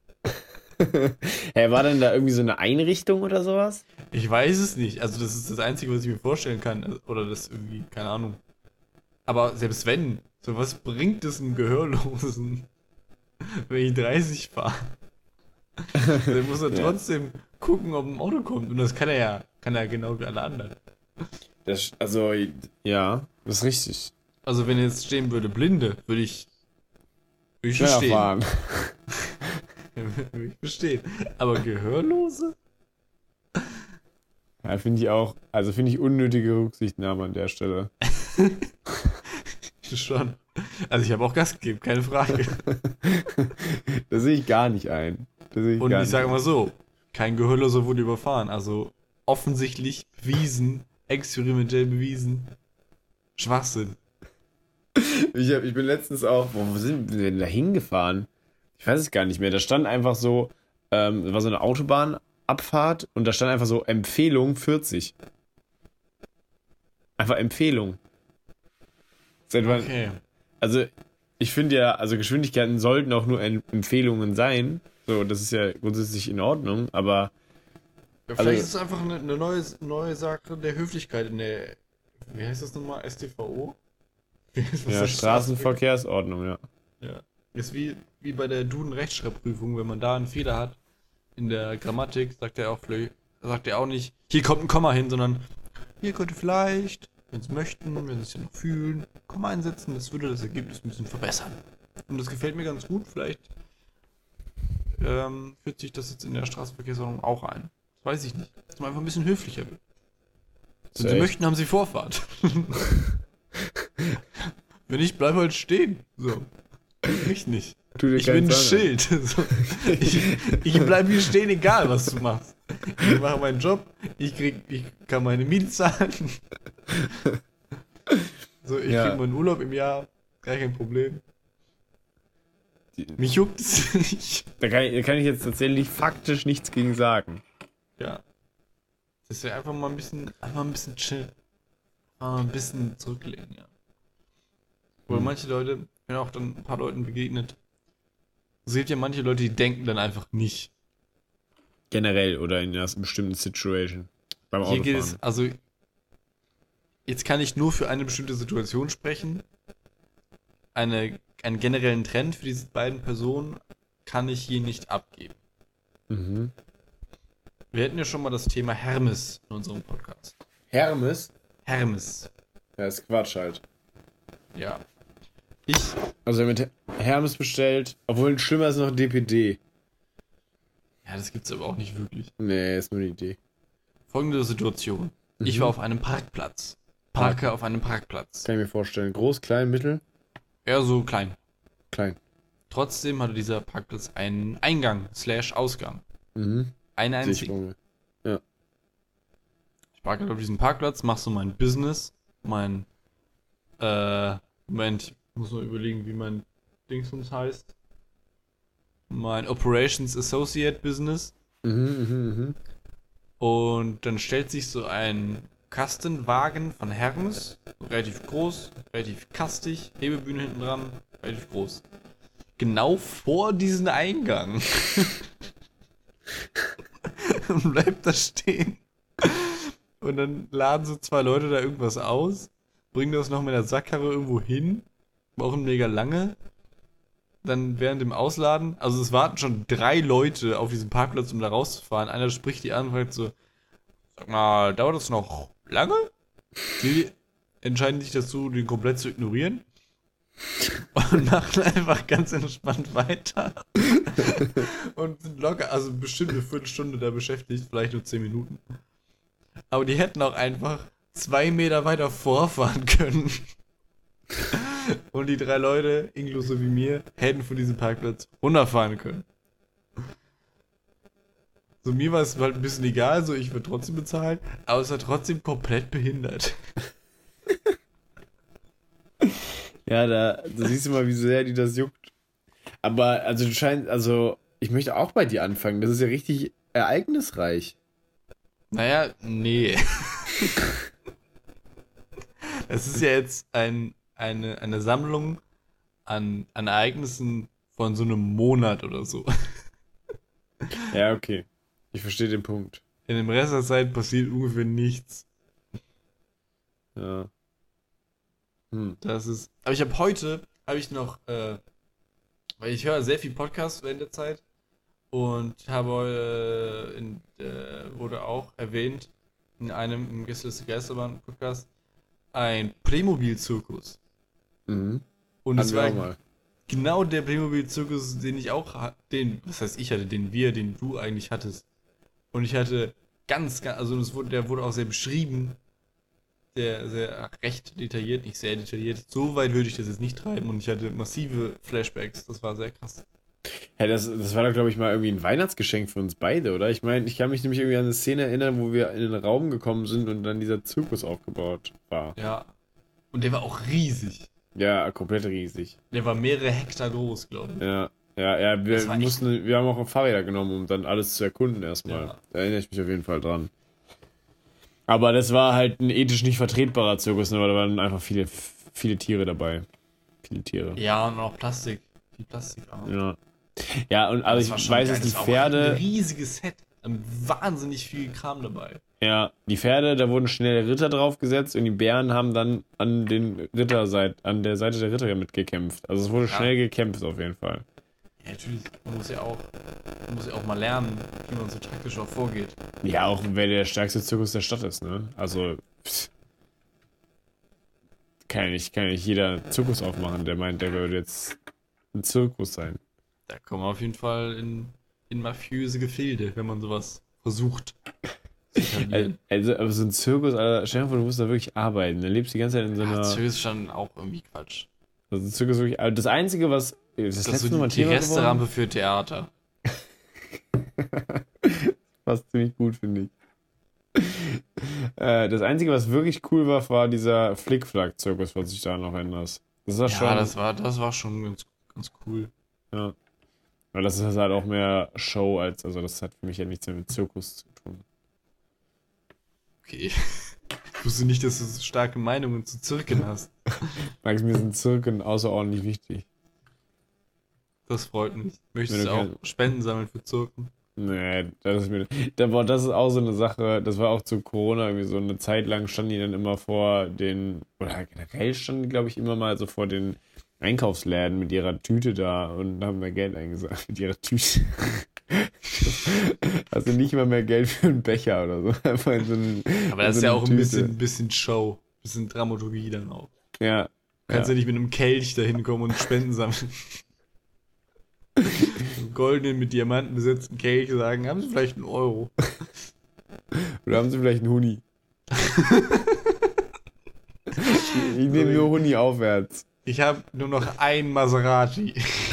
Speaker 2: Hey, war denn da irgendwie so eine Einrichtung oder sowas?
Speaker 1: Ich weiß es nicht. Also das ist das Einzige, was ich mir vorstellen kann. Oder das irgendwie, keine Ahnung. Aber selbst wenn, so was bringt es einem Gehörlosen, wenn ich 30 fahre? Dann muss er trotzdem gucken, ob ein Auto kommt. Und das kann er genau wie alle anderen.
Speaker 2: Das ist richtig.
Speaker 1: Also wenn jetzt stehen würde, Blinde, würde ich verstehen.
Speaker 2: Fahren.
Speaker 1: Würde ich verstehen. Aber Gehörlose?
Speaker 2: Ja, finde ich unnötige Rücksichtnahme an der Stelle.
Speaker 1: Schon. Also ich habe auch Gas gegeben, keine Frage.
Speaker 2: Das sehe ich gar nicht ein.
Speaker 1: Und ich sage mal so, kein Gehörloser wurde überfahren. Also offensichtlich bewiesen, experimentell bewiesen. Schwachsinn.
Speaker 2: Ich bin letztens auch, wo sind wir denn da hingefahren? Ich weiß es gar nicht mehr. Da stand einfach so, war so eine Autobahnabfahrt und da stand einfach so Empfehlung 40. Einfach Empfehlung.
Speaker 1: Okay.
Speaker 2: Also, ich finde ja, also Geschwindigkeiten sollten auch nur Empfehlungen sein. So, das ist ja grundsätzlich in Ordnung, aber.
Speaker 1: Ja, vielleicht ist es einfach eine neue Sache der Höflichkeit in der. Wie heißt das nochmal? StVO?
Speaker 2: Ja, Straßenverkehrsordnung, ja.
Speaker 1: Ja. Ist wie bei der Duden-Rechtschreibprüfung, wenn man da einen Fehler hat in der Grammatik, sagt er auch nicht, hier kommt ein Komma hin, sondern hier könnte vielleicht, wenn Sie möchten, wenn Sie es ja noch fühlen, Komma einsetzen, das würde das Ergebnis ein bisschen verbessern. Und das gefällt mir ganz gut, vielleicht führt sich das jetzt in der Straßenverkehrsordnung auch ein. Das weiß ich nicht. Dass man einfach ein bisschen höflicher wird. Wenn Sie möchten, haben Sie Vorfahrt. Wenn nicht, bleib halt stehen. So. Ich nicht. Ich bin ein Schild. So. Ich bleibe hier stehen, egal was du machst. Ich mache meinen Job, ich kann meine Miete zahlen. So, ich kriege meinen Urlaub im Jahr, gar kein Problem. Mich juckt es nicht.
Speaker 2: Da kann ich jetzt tatsächlich faktisch nichts gegen sagen.
Speaker 1: Ja. Das wäre einfach mal ein bisschen chillen. Mal ein bisschen zurücklegen, ja. Oder manche Leute, ich bin auch dann ein paar Leuten begegnet. Es gibt ja manche Leute, die denken dann einfach nicht.
Speaker 2: Generell oder in einer bestimmten Situation. Beim Autofahren.
Speaker 1: Hier geht es, also, jetzt kann ich nur für eine bestimmte Situation sprechen. Einen generellen Trend für diese beiden Personen kann ich hier nicht abgeben.
Speaker 2: Mhm.
Speaker 1: Wir hatten ja schon mal das Thema Hermes in unserem Podcast.
Speaker 2: Hermes?
Speaker 1: Hermes.
Speaker 2: Ja, ist Quatsch halt.
Speaker 1: Ja.
Speaker 2: Also mit Hermes bestellt, obwohl schlimmer ist noch DPD.
Speaker 1: Ja, das gibt's aber auch nicht wirklich.
Speaker 2: Nee, ist nur eine Idee.
Speaker 1: Folgende Situation. Ich war auf einem Parkplatz. Parke auf einem Parkplatz.
Speaker 2: Kann ich mir vorstellen. Groß, klein, mittel?
Speaker 1: Eher so klein.
Speaker 2: Klein.
Speaker 1: Trotzdem hatte dieser Parkplatz einen Eingang/Ausgang.
Speaker 2: Mhm.
Speaker 1: Einen einzigen.
Speaker 2: Sicherung. Ja.
Speaker 1: Ich parke halt auf diesem Parkplatz, mach so mein Business, Moment, ich muss mal überlegen, wie mein Dingsbums heißt. Mein Operations Associate Business. Und dann stellt sich so ein Kastenwagen von Hermes, relativ groß, relativ kastig, Hebebühne hinten dran, relativ groß. Genau vor diesen Eingang. Und bleibt da stehen. Und dann laden so 2 Leute da irgendwas aus, bringen das noch mit der Sackkarre irgendwo hin, brauchen mega lange. Dann während dem Ausladen, also es warten schon 3 Leute auf diesem Parkplatz, um da rauszufahren. Einer spricht die an und fragt so, sag mal, dauert das noch lange? Die entscheiden sich dazu, den komplett zu ignorieren. Und machen einfach ganz entspannt weiter. Und sind locker, also bestimmt eine Viertelstunde da beschäftigt, vielleicht nur 10 Minuten. Aber die hätten auch einfach 2 Meter weiter vorfahren können. Und die 3 Leute, inklusive mir, hätten von diesem Parkplatz runterfahren können. So, mir war es halt ein bisschen egal, so ich würde trotzdem bezahlen, aber es war trotzdem komplett behindert.
Speaker 2: Ja, da siehst du mal, wie sehr die das juckt. Aber, also du scheinst, also, ich möchte auch bei dir anfangen. Das ist ja richtig ereignisreich.
Speaker 1: Naja, nee. Es ist ja jetzt eine Sammlung an Ereignissen von so einem Monat oder so.
Speaker 2: Ja, okay. Ich verstehe den Punkt.
Speaker 1: In dem Rest der Zeit passiert ungefähr nichts.
Speaker 2: Ja.
Speaker 1: Das ist. Aber ich habe heute, noch, weil ich höre sehr viel Podcasts während der Zeit und habe, wurde auch erwähnt in einem im Gästeliste Geisterbahn Podcast ein Playmobil-Zirkus.
Speaker 2: Mhm.
Speaker 1: Und es war
Speaker 2: mal.
Speaker 1: genau der Playmobil-Zirkus, den ich auch was heißt ich hatte, den du eigentlich hattest. Und ich hatte also der wurde auch sehr beschrieben, sehr recht detailliert, nicht sehr detailliert. So weit würde ich das jetzt nicht treiben und ich hatte massive Flashbacks, das war sehr krass.
Speaker 2: Ja, das war doch, glaube ich, mal irgendwie ein Weihnachtsgeschenk für uns beide, oder? Ich meine, ich kann mich nämlich irgendwie an eine Szene erinnern, wo wir in den Raum gekommen sind und dann dieser Zirkus aufgebaut war.
Speaker 1: Ja. Und der war auch riesig.
Speaker 2: Ja, komplett riesig.
Speaker 1: Der war mehrere Hektar groß, glaube ich.
Speaker 2: Ja, wir haben auch Fahrräder genommen, um dann alles zu erkunden erstmal.
Speaker 1: Ja.
Speaker 2: Da erinnere ich mich auf jeden Fall dran. Aber das war halt ein ethisch nicht vertretbarer Zirkus, ne, weil da waren einfach viele Tiere dabei. Viele Tiere.
Speaker 1: Ja, und auch Plastik. Viel Plastik auch.
Speaker 2: Ja. Ja, und also ich weiß, dass die Pferde.
Speaker 1: Ein riesiges Set. Wahnsinnig viel Kram dabei.
Speaker 2: Ja, die Pferde, da wurden schnell Ritter draufgesetzt und die Bären haben dann an der Seite der Ritter mitgekämpft. Also es wurde schnell gekämpft auf jeden Fall.
Speaker 1: Ja, natürlich. Man muss ja auch mal lernen, wie man so taktisch auch vorgeht.
Speaker 2: Ja, auch wer der stärkste Zirkus der Stadt ist, ne? Also kann ja nicht jeder Zirkus aufmachen, der meint, der würde jetzt ein Zirkus sein.
Speaker 1: Da kommen wir auf jeden Fall in mafiöse Gefilde, wenn man sowas versucht.
Speaker 2: Aber so ein Zirkus, Alter, stell dir vor, du musst da wirklich arbeiten. Du lebst die ganze Zeit in so einer.
Speaker 1: Zirkus ist schon auch irgendwie Quatsch.
Speaker 2: Also ein Zirkus wirklich. Also das Einzige, was.
Speaker 1: Das ist so die Resterampe für Theater.
Speaker 2: Passt ziemlich gut, finde ich. Das Einzige, was wirklich cool war dieser Flick-Flack-Zirkus, was ich da noch erinnerst. Das war schon.
Speaker 1: Das war schon ganz cool.
Speaker 2: Ja. Aber das ist halt auch mehr Show also das hat für mich ja nichts mehr mit Zirkus zu tun.
Speaker 1: Okay. Ich wusste nicht, dass du so starke Meinungen zu Zirken hast.
Speaker 2: Max, mir sind Zirken außerordentlich wichtig.
Speaker 1: Das freut mich. Möchtest du auch Spenden sammeln für Zirken?
Speaker 2: Nee, das ist auch so eine Sache, das war auch zu Corona irgendwie so eine Zeit lang standen die dann immer oder generell standen die, glaube ich, immer mal so vor den Einkaufsläden mit ihrer Tüte da und haben da Geld eingesammelt mit ihrer Tüte. Hast du nicht mal mehr Geld für einen Becher oder so. Einfach in so einen,
Speaker 1: Aber das
Speaker 2: in
Speaker 1: ist
Speaker 2: so
Speaker 1: ja
Speaker 2: eine
Speaker 1: auch ein
Speaker 2: Tüte.
Speaker 1: bisschen Show. Bisschen Dramaturgie dann auch.
Speaker 2: Ja.
Speaker 1: Du kannst
Speaker 2: Ja.
Speaker 1: ja nicht mit einem Kelch da hinkommen und Spenden sammeln. Einen goldenen, mit Diamanten besetzten Kelch sagen, haben Sie vielleicht einen Euro?
Speaker 2: Oder haben sie vielleicht einen Huni? Ich nehme nur Huni aufwärts.
Speaker 1: Ich habe nur noch ein Maserati.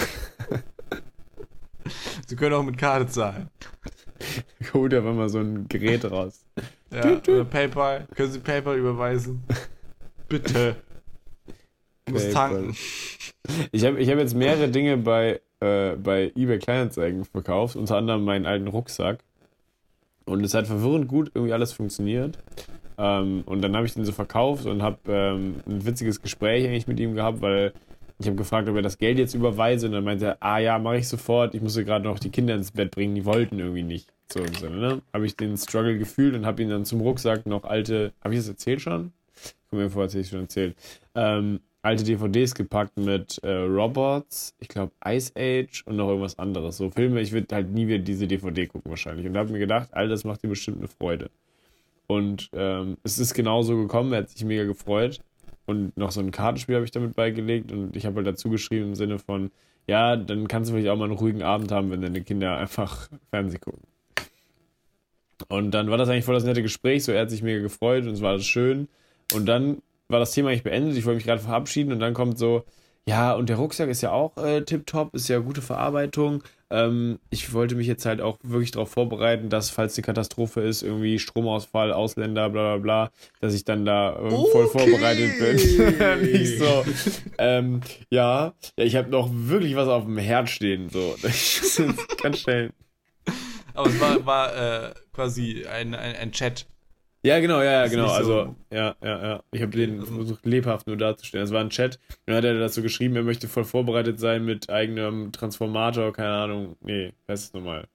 Speaker 1: Sie können auch mit Karte zahlen.
Speaker 2: Holt einfach mal so ein Gerät raus.
Speaker 1: Ja, oder PayPal. Können Sie PayPal überweisen? Bitte. Ich muss
Speaker 2: PayPal.
Speaker 1: tanken.
Speaker 2: Ich hab jetzt mehrere Dinge bei eBay Kleinanzeigen verkauft, unter anderem meinen alten Rucksack. Und es hat verwirrend gut irgendwie alles funktioniert. Und dann habe ich den so verkauft und habe ein witziges Gespräch eigentlich mit ihm gehabt, weil ich habe gefragt, ob er das Geld jetzt überweise. Und dann meinte er, ah ja, mache ich sofort. Ich musste gerade noch die Kinder ins Bett bringen, die wollten irgendwie nicht. So im Sinne, ne? Habe ich den Struggle gefühlt und habe ihn dann zum Rucksack noch alte, habe ich das erzählt schon? Guck mir vor, als hätte ich schon erzählt. Alte DVDs gepackt mit Robots, ich glaube Ice Age und noch irgendwas anderes. So Filme, ich würde halt nie wieder diese DVD gucken wahrscheinlich. Und da habe mir gedacht, all das macht dir bestimmt eine Freude. Und es ist genauso gekommen, er hat sich mega gefreut. Und noch so ein Kartenspiel habe ich damit beigelegt und ich habe halt dazu geschrieben im Sinne von, ja, dann kannst du vielleicht auch mal einen ruhigen Abend haben, wenn deine Kinder einfach Fernsehen gucken. Und dann war das eigentlich voll das nette Gespräch, so er hat sich mega gefreut und es war alles schön. Und dann war das Thema eigentlich beendet, ich wollte mich gerade verabschieden und dann kommt so, ja, und der Rucksack ist ja auch tipptopp, ist ja gute Verarbeitung. Ich wollte mich jetzt halt auch wirklich darauf vorbereiten, dass, falls eine Katastrophe ist, irgendwie Stromausfall, Ausländer, bla bla bla, dass ich dann da voll vorbereitet bin. Nicht so, ja, ich habe noch wirklich was auf dem Herd stehen, so. Das ist ganz schnell.
Speaker 1: Aber es war quasi ein Chat.
Speaker 2: Ja, genau, ja,
Speaker 1: Ist
Speaker 2: genau.
Speaker 1: nicht
Speaker 2: Also,
Speaker 1: so-
Speaker 2: ja. Ich habe den versucht, lebhaft nur darzustellen. Es war ein Chat. Und dann hat er dazu geschrieben, er möchte voll vorbereitet sein mit eigenem Transformator, keine Ahnung. Nee, was ist es nochmal?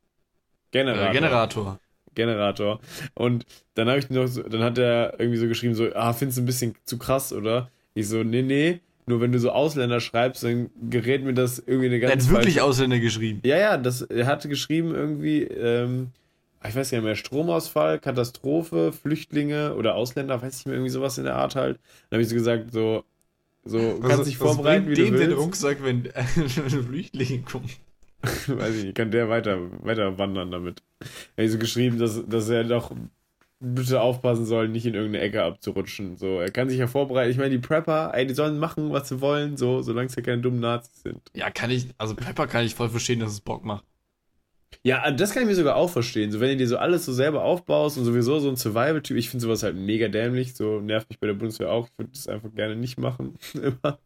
Speaker 1: Generator.
Speaker 2: Generator. Und dann habe ich noch so, dann hat er irgendwie so geschrieben, so, findest du ein bisschen zu krass, oder? Ich so, nee. Nur wenn du so Ausländer schreibst, dann gerät mir das irgendwie eine
Speaker 1: Er
Speaker 2: ganz
Speaker 1: hat wirklich
Speaker 2: falsche...
Speaker 1: Ausländer geschrieben.
Speaker 2: Ja, er hatte geschrieben irgendwie, ich weiß gar nicht mehr, Stromausfall, Katastrophe, Flüchtlinge oder Ausländer, weiß ich mehr, irgendwie sowas in der Art halt. Dann habe ich so gesagt, so kannst dich vorbereiten, wie
Speaker 1: bringt
Speaker 2: du
Speaker 1: dem den
Speaker 2: willst.
Speaker 1: Rucksack, wenn Flüchtlinge kommen?
Speaker 2: Weiß ich nicht, kann der weiter wandern damit. Er hat so geschrieben, dass er doch bitte aufpassen soll, nicht in irgendeine Ecke abzurutschen. So, er kann sich ja vorbereiten. Ich meine, die Prepper, ey, die sollen machen, was sie wollen, so, solange es ja keine dummen Nazis sind.
Speaker 1: Ja, also Pepper kann ich voll verstehen, dass es Bock macht.
Speaker 2: Ja, das kann ich mir sogar auch verstehen. So, wenn du dir so alles so selber aufbaust und sowieso so ein Survival-Typ, ich finde sowas halt mega dämlich. So nervt mich bei der Bundeswehr auch. Ich würde das einfach gerne nicht machen. Immer.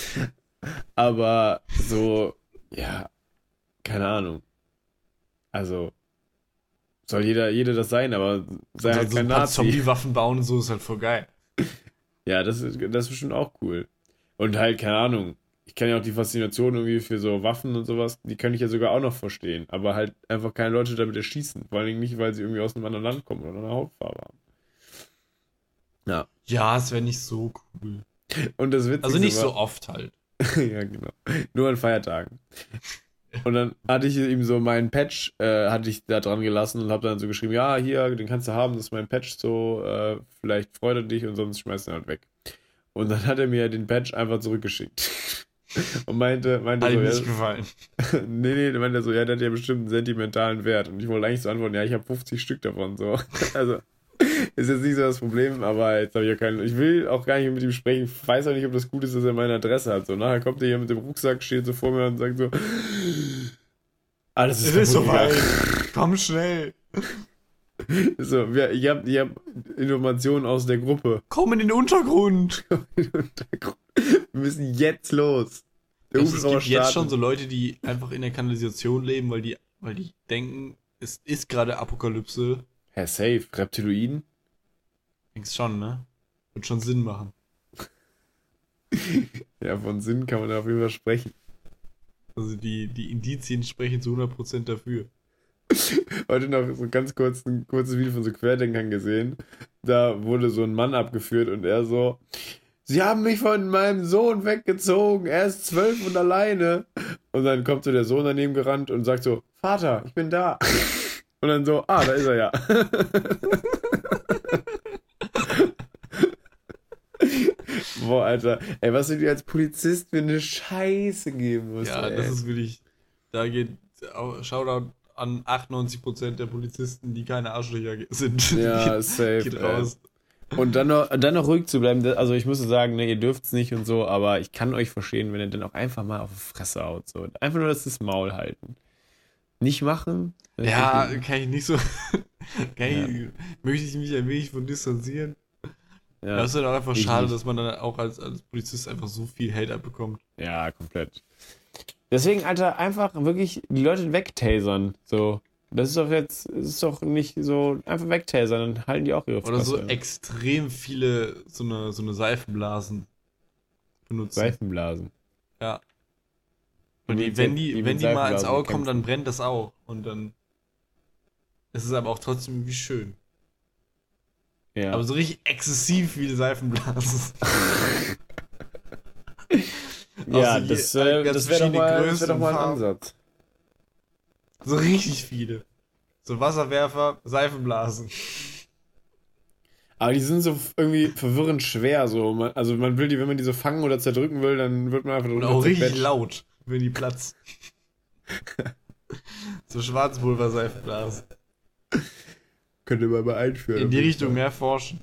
Speaker 2: Aber so, ja, keine Ahnung. Also, soll jeder das sein, aber sei halt
Speaker 1: So
Speaker 2: kein
Speaker 1: ein paar
Speaker 2: Nazi.
Speaker 1: Zombie-Waffen bauen und so ist halt voll geil.
Speaker 2: Ja, das ist bestimmt auch cool. Und halt, keine Ahnung. Ich kann ja auch die Faszination irgendwie für so Waffen und sowas, die kann ich ja sogar auch noch verstehen. Aber halt einfach keine Leute damit erschießen. Vor allen Dingen nicht, weil sie irgendwie aus einem anderen Land kommen oder eine Hautfarbe haben. Ja.
Speaker 1: Ja, es wäre nicht so cool.
Speaker 2: Und das Witzigste
Speaker 1: Also nicht
Speaker 2: war,
Speaker 1: so oft halt.
Speaker 2: ja, genau. Nur an Feiertagen. Und dann hatte ich ihm so meinen Patch, hatte ich da dran gelassen und habe dann so geschrieben, ja, hier, den kannst du haben, das ist mein Patch so, vielleicht freut er dich und sonst schmeißt ihn halt weg. Und dann hat er mir den Patch einfach zurückgeschickt. Und meinte
Speaker 1: Hat
Speaker 2: so,
Speaker 1: ihm
Speaker 2: ja,
Speaker 1: nicht gefallen.
Speaker 2: nee, der meinte so, ja, der hat ja bestimmt einen sentimentalen Wert. Und ich wollte eigentlich so antworten, ja, ich habe 50 Stück davon, so. Also, ist jetzt nicht so das Problem, aber jetzt habe ich ja keinen, ich will auch gar nicht mit ihm sprechen, ich weiß auch nicht, ob das gut ist, dass er meine Adresse hat, so. Nachher kommt er hier mit dem Rucksack, steht so vor mir und sagt so, alles
Speaker 1: Es ist
Speaker 2: kaputt
Speaker 1: soweit.
Speaker 2: gegangen.
Speaker 1: Komm schnell.
Speaker 2: So, ich hab Informationen aus der Gruppe.
Speaker 1: Komm in den Untergrund.
Speaker 2: Wir müssen jetzt los. Der
Speaker 1: Es
Speaker 2: Hubschrauber
Speaker 1: gibt jetzt
Speaker 2: startet.
Speaker 1: schon so Leute, die einfach in der Kanalisation leben, weil die denken, es ist gerade Apokalypse.
Speaker 2: Hä, safe. Reptiloiden?
Speaker 1: Denkst schon, ne? Wird schon Sinn machen.
Speaker 2: Ja, von Sinn kann man da auf jeden Fall sprechen.
Speaker 1: Also die Indizien sprechen zu 100% dafür.
Speaker 2: Heute noch so ganz kurz ein kurzes Video von so Querdenkern gesehen. Da wurde so ein Mann abgeführt und er so, sie haben mich von meinem Sohn weggezogen, er ist 12 und alleine. Und dann kommt so der Sohn daneben gerannt und sagt so, Vater, ich bin da. Und dann so, da ist er ja. Boah, Alter. Ey, was du dir als Polizist für eine Scheiße geben musst,
Speaker 1: Ja,
Speaker 2: ey.
Speaker 1: das ist wirklich, da geht Shoutout an 98% der Polizisten, die keine Arschlöcher sind.
Speaker 2: Ja,
Speaker 1: geht,
Speaker 2: safe,
Speaker 1: geht
Speaker 2: ey.
Speaker 1: raus.
Speaker 2: Und dann noch ruhig zu bleiben. Also ich muss sagen, ne, ihr dürft's nicht und so, aber ich kann euch verstehen, wenn ihr dann auch einfach mal auf die Fresse haut. So. Einfach nur das Maul halten. Nicht machen.
Speaker 1: Ja, kann ich nicht so.
Speaker 2: Ja.
Speaker 1: Möchte ich mich ein wenig von distanzieren.
Speaker 2: Ja,
Speaker 1: Das ist halt auch einfach
Speaker 2: ich
Speaker 1: schade,
Speaker 2: nicht.
Speaker 1: dass man dann auch als Polizist einfach so viel Hate abbekommt.
Speaker 2: Ja, komplett. Deswegen, Alter, einfach wirklich die Leute wegtasern. So. Das ist doch nicht so, einfach wegtasern, dann halten die auch ihre Fresse.
Speaker 1: Oder so extrem viele so eine Seifenblasen benutzen.
Speaker 2: Seifenblasen.
Speaker 1: Ja. Und
Speaker 2: Wie
Speaker 1: wenn
Speaker 2: mit
Speaker 1: die mal ins
Speaker 2: Seifenblasen
Speaker 1: Auge kommen,
Speaker 2: kämpfen.
Speaker 1: dann brennt das auch. Und dann ist es aber auch trotzdem irgendwie schön.
Speaker 2: Ja.
Speaker 1: Aber so richtig exzessiv viele Seifenblasen.
Speaker 2: Ja,
Speaker 1: Auch so
Speaker 2: das
Speaker 1: ganz
Speaker 2: wäre doch
Speaker 1: verschiedene
Speaker 2: mal,
Speaker 1: Größen
Speaker 2: ein
Speaker 1: und Farben.
Speaker 2: Ansatz.
Speaker 1: So richtig viele. So Wasserwerfer, Seifenblasen.
Speaker 2: Aber die sind so irgendwie verwirrend schwer. So. Man will die, wenn man die so fangen oder zerdrücken will, dann wird man einfach
Speaker 1: Und
Speaker 2: drunter
Speaker 1: auch richtig
Speaker 2: zerquetscht.
Speaker 1: laut, wenn die platzen. So Schwarzpulver-Seifenblasen.
Speaker 2: Könnte man mal einführen.
Speaker 1: In die Richtung mehr forschen.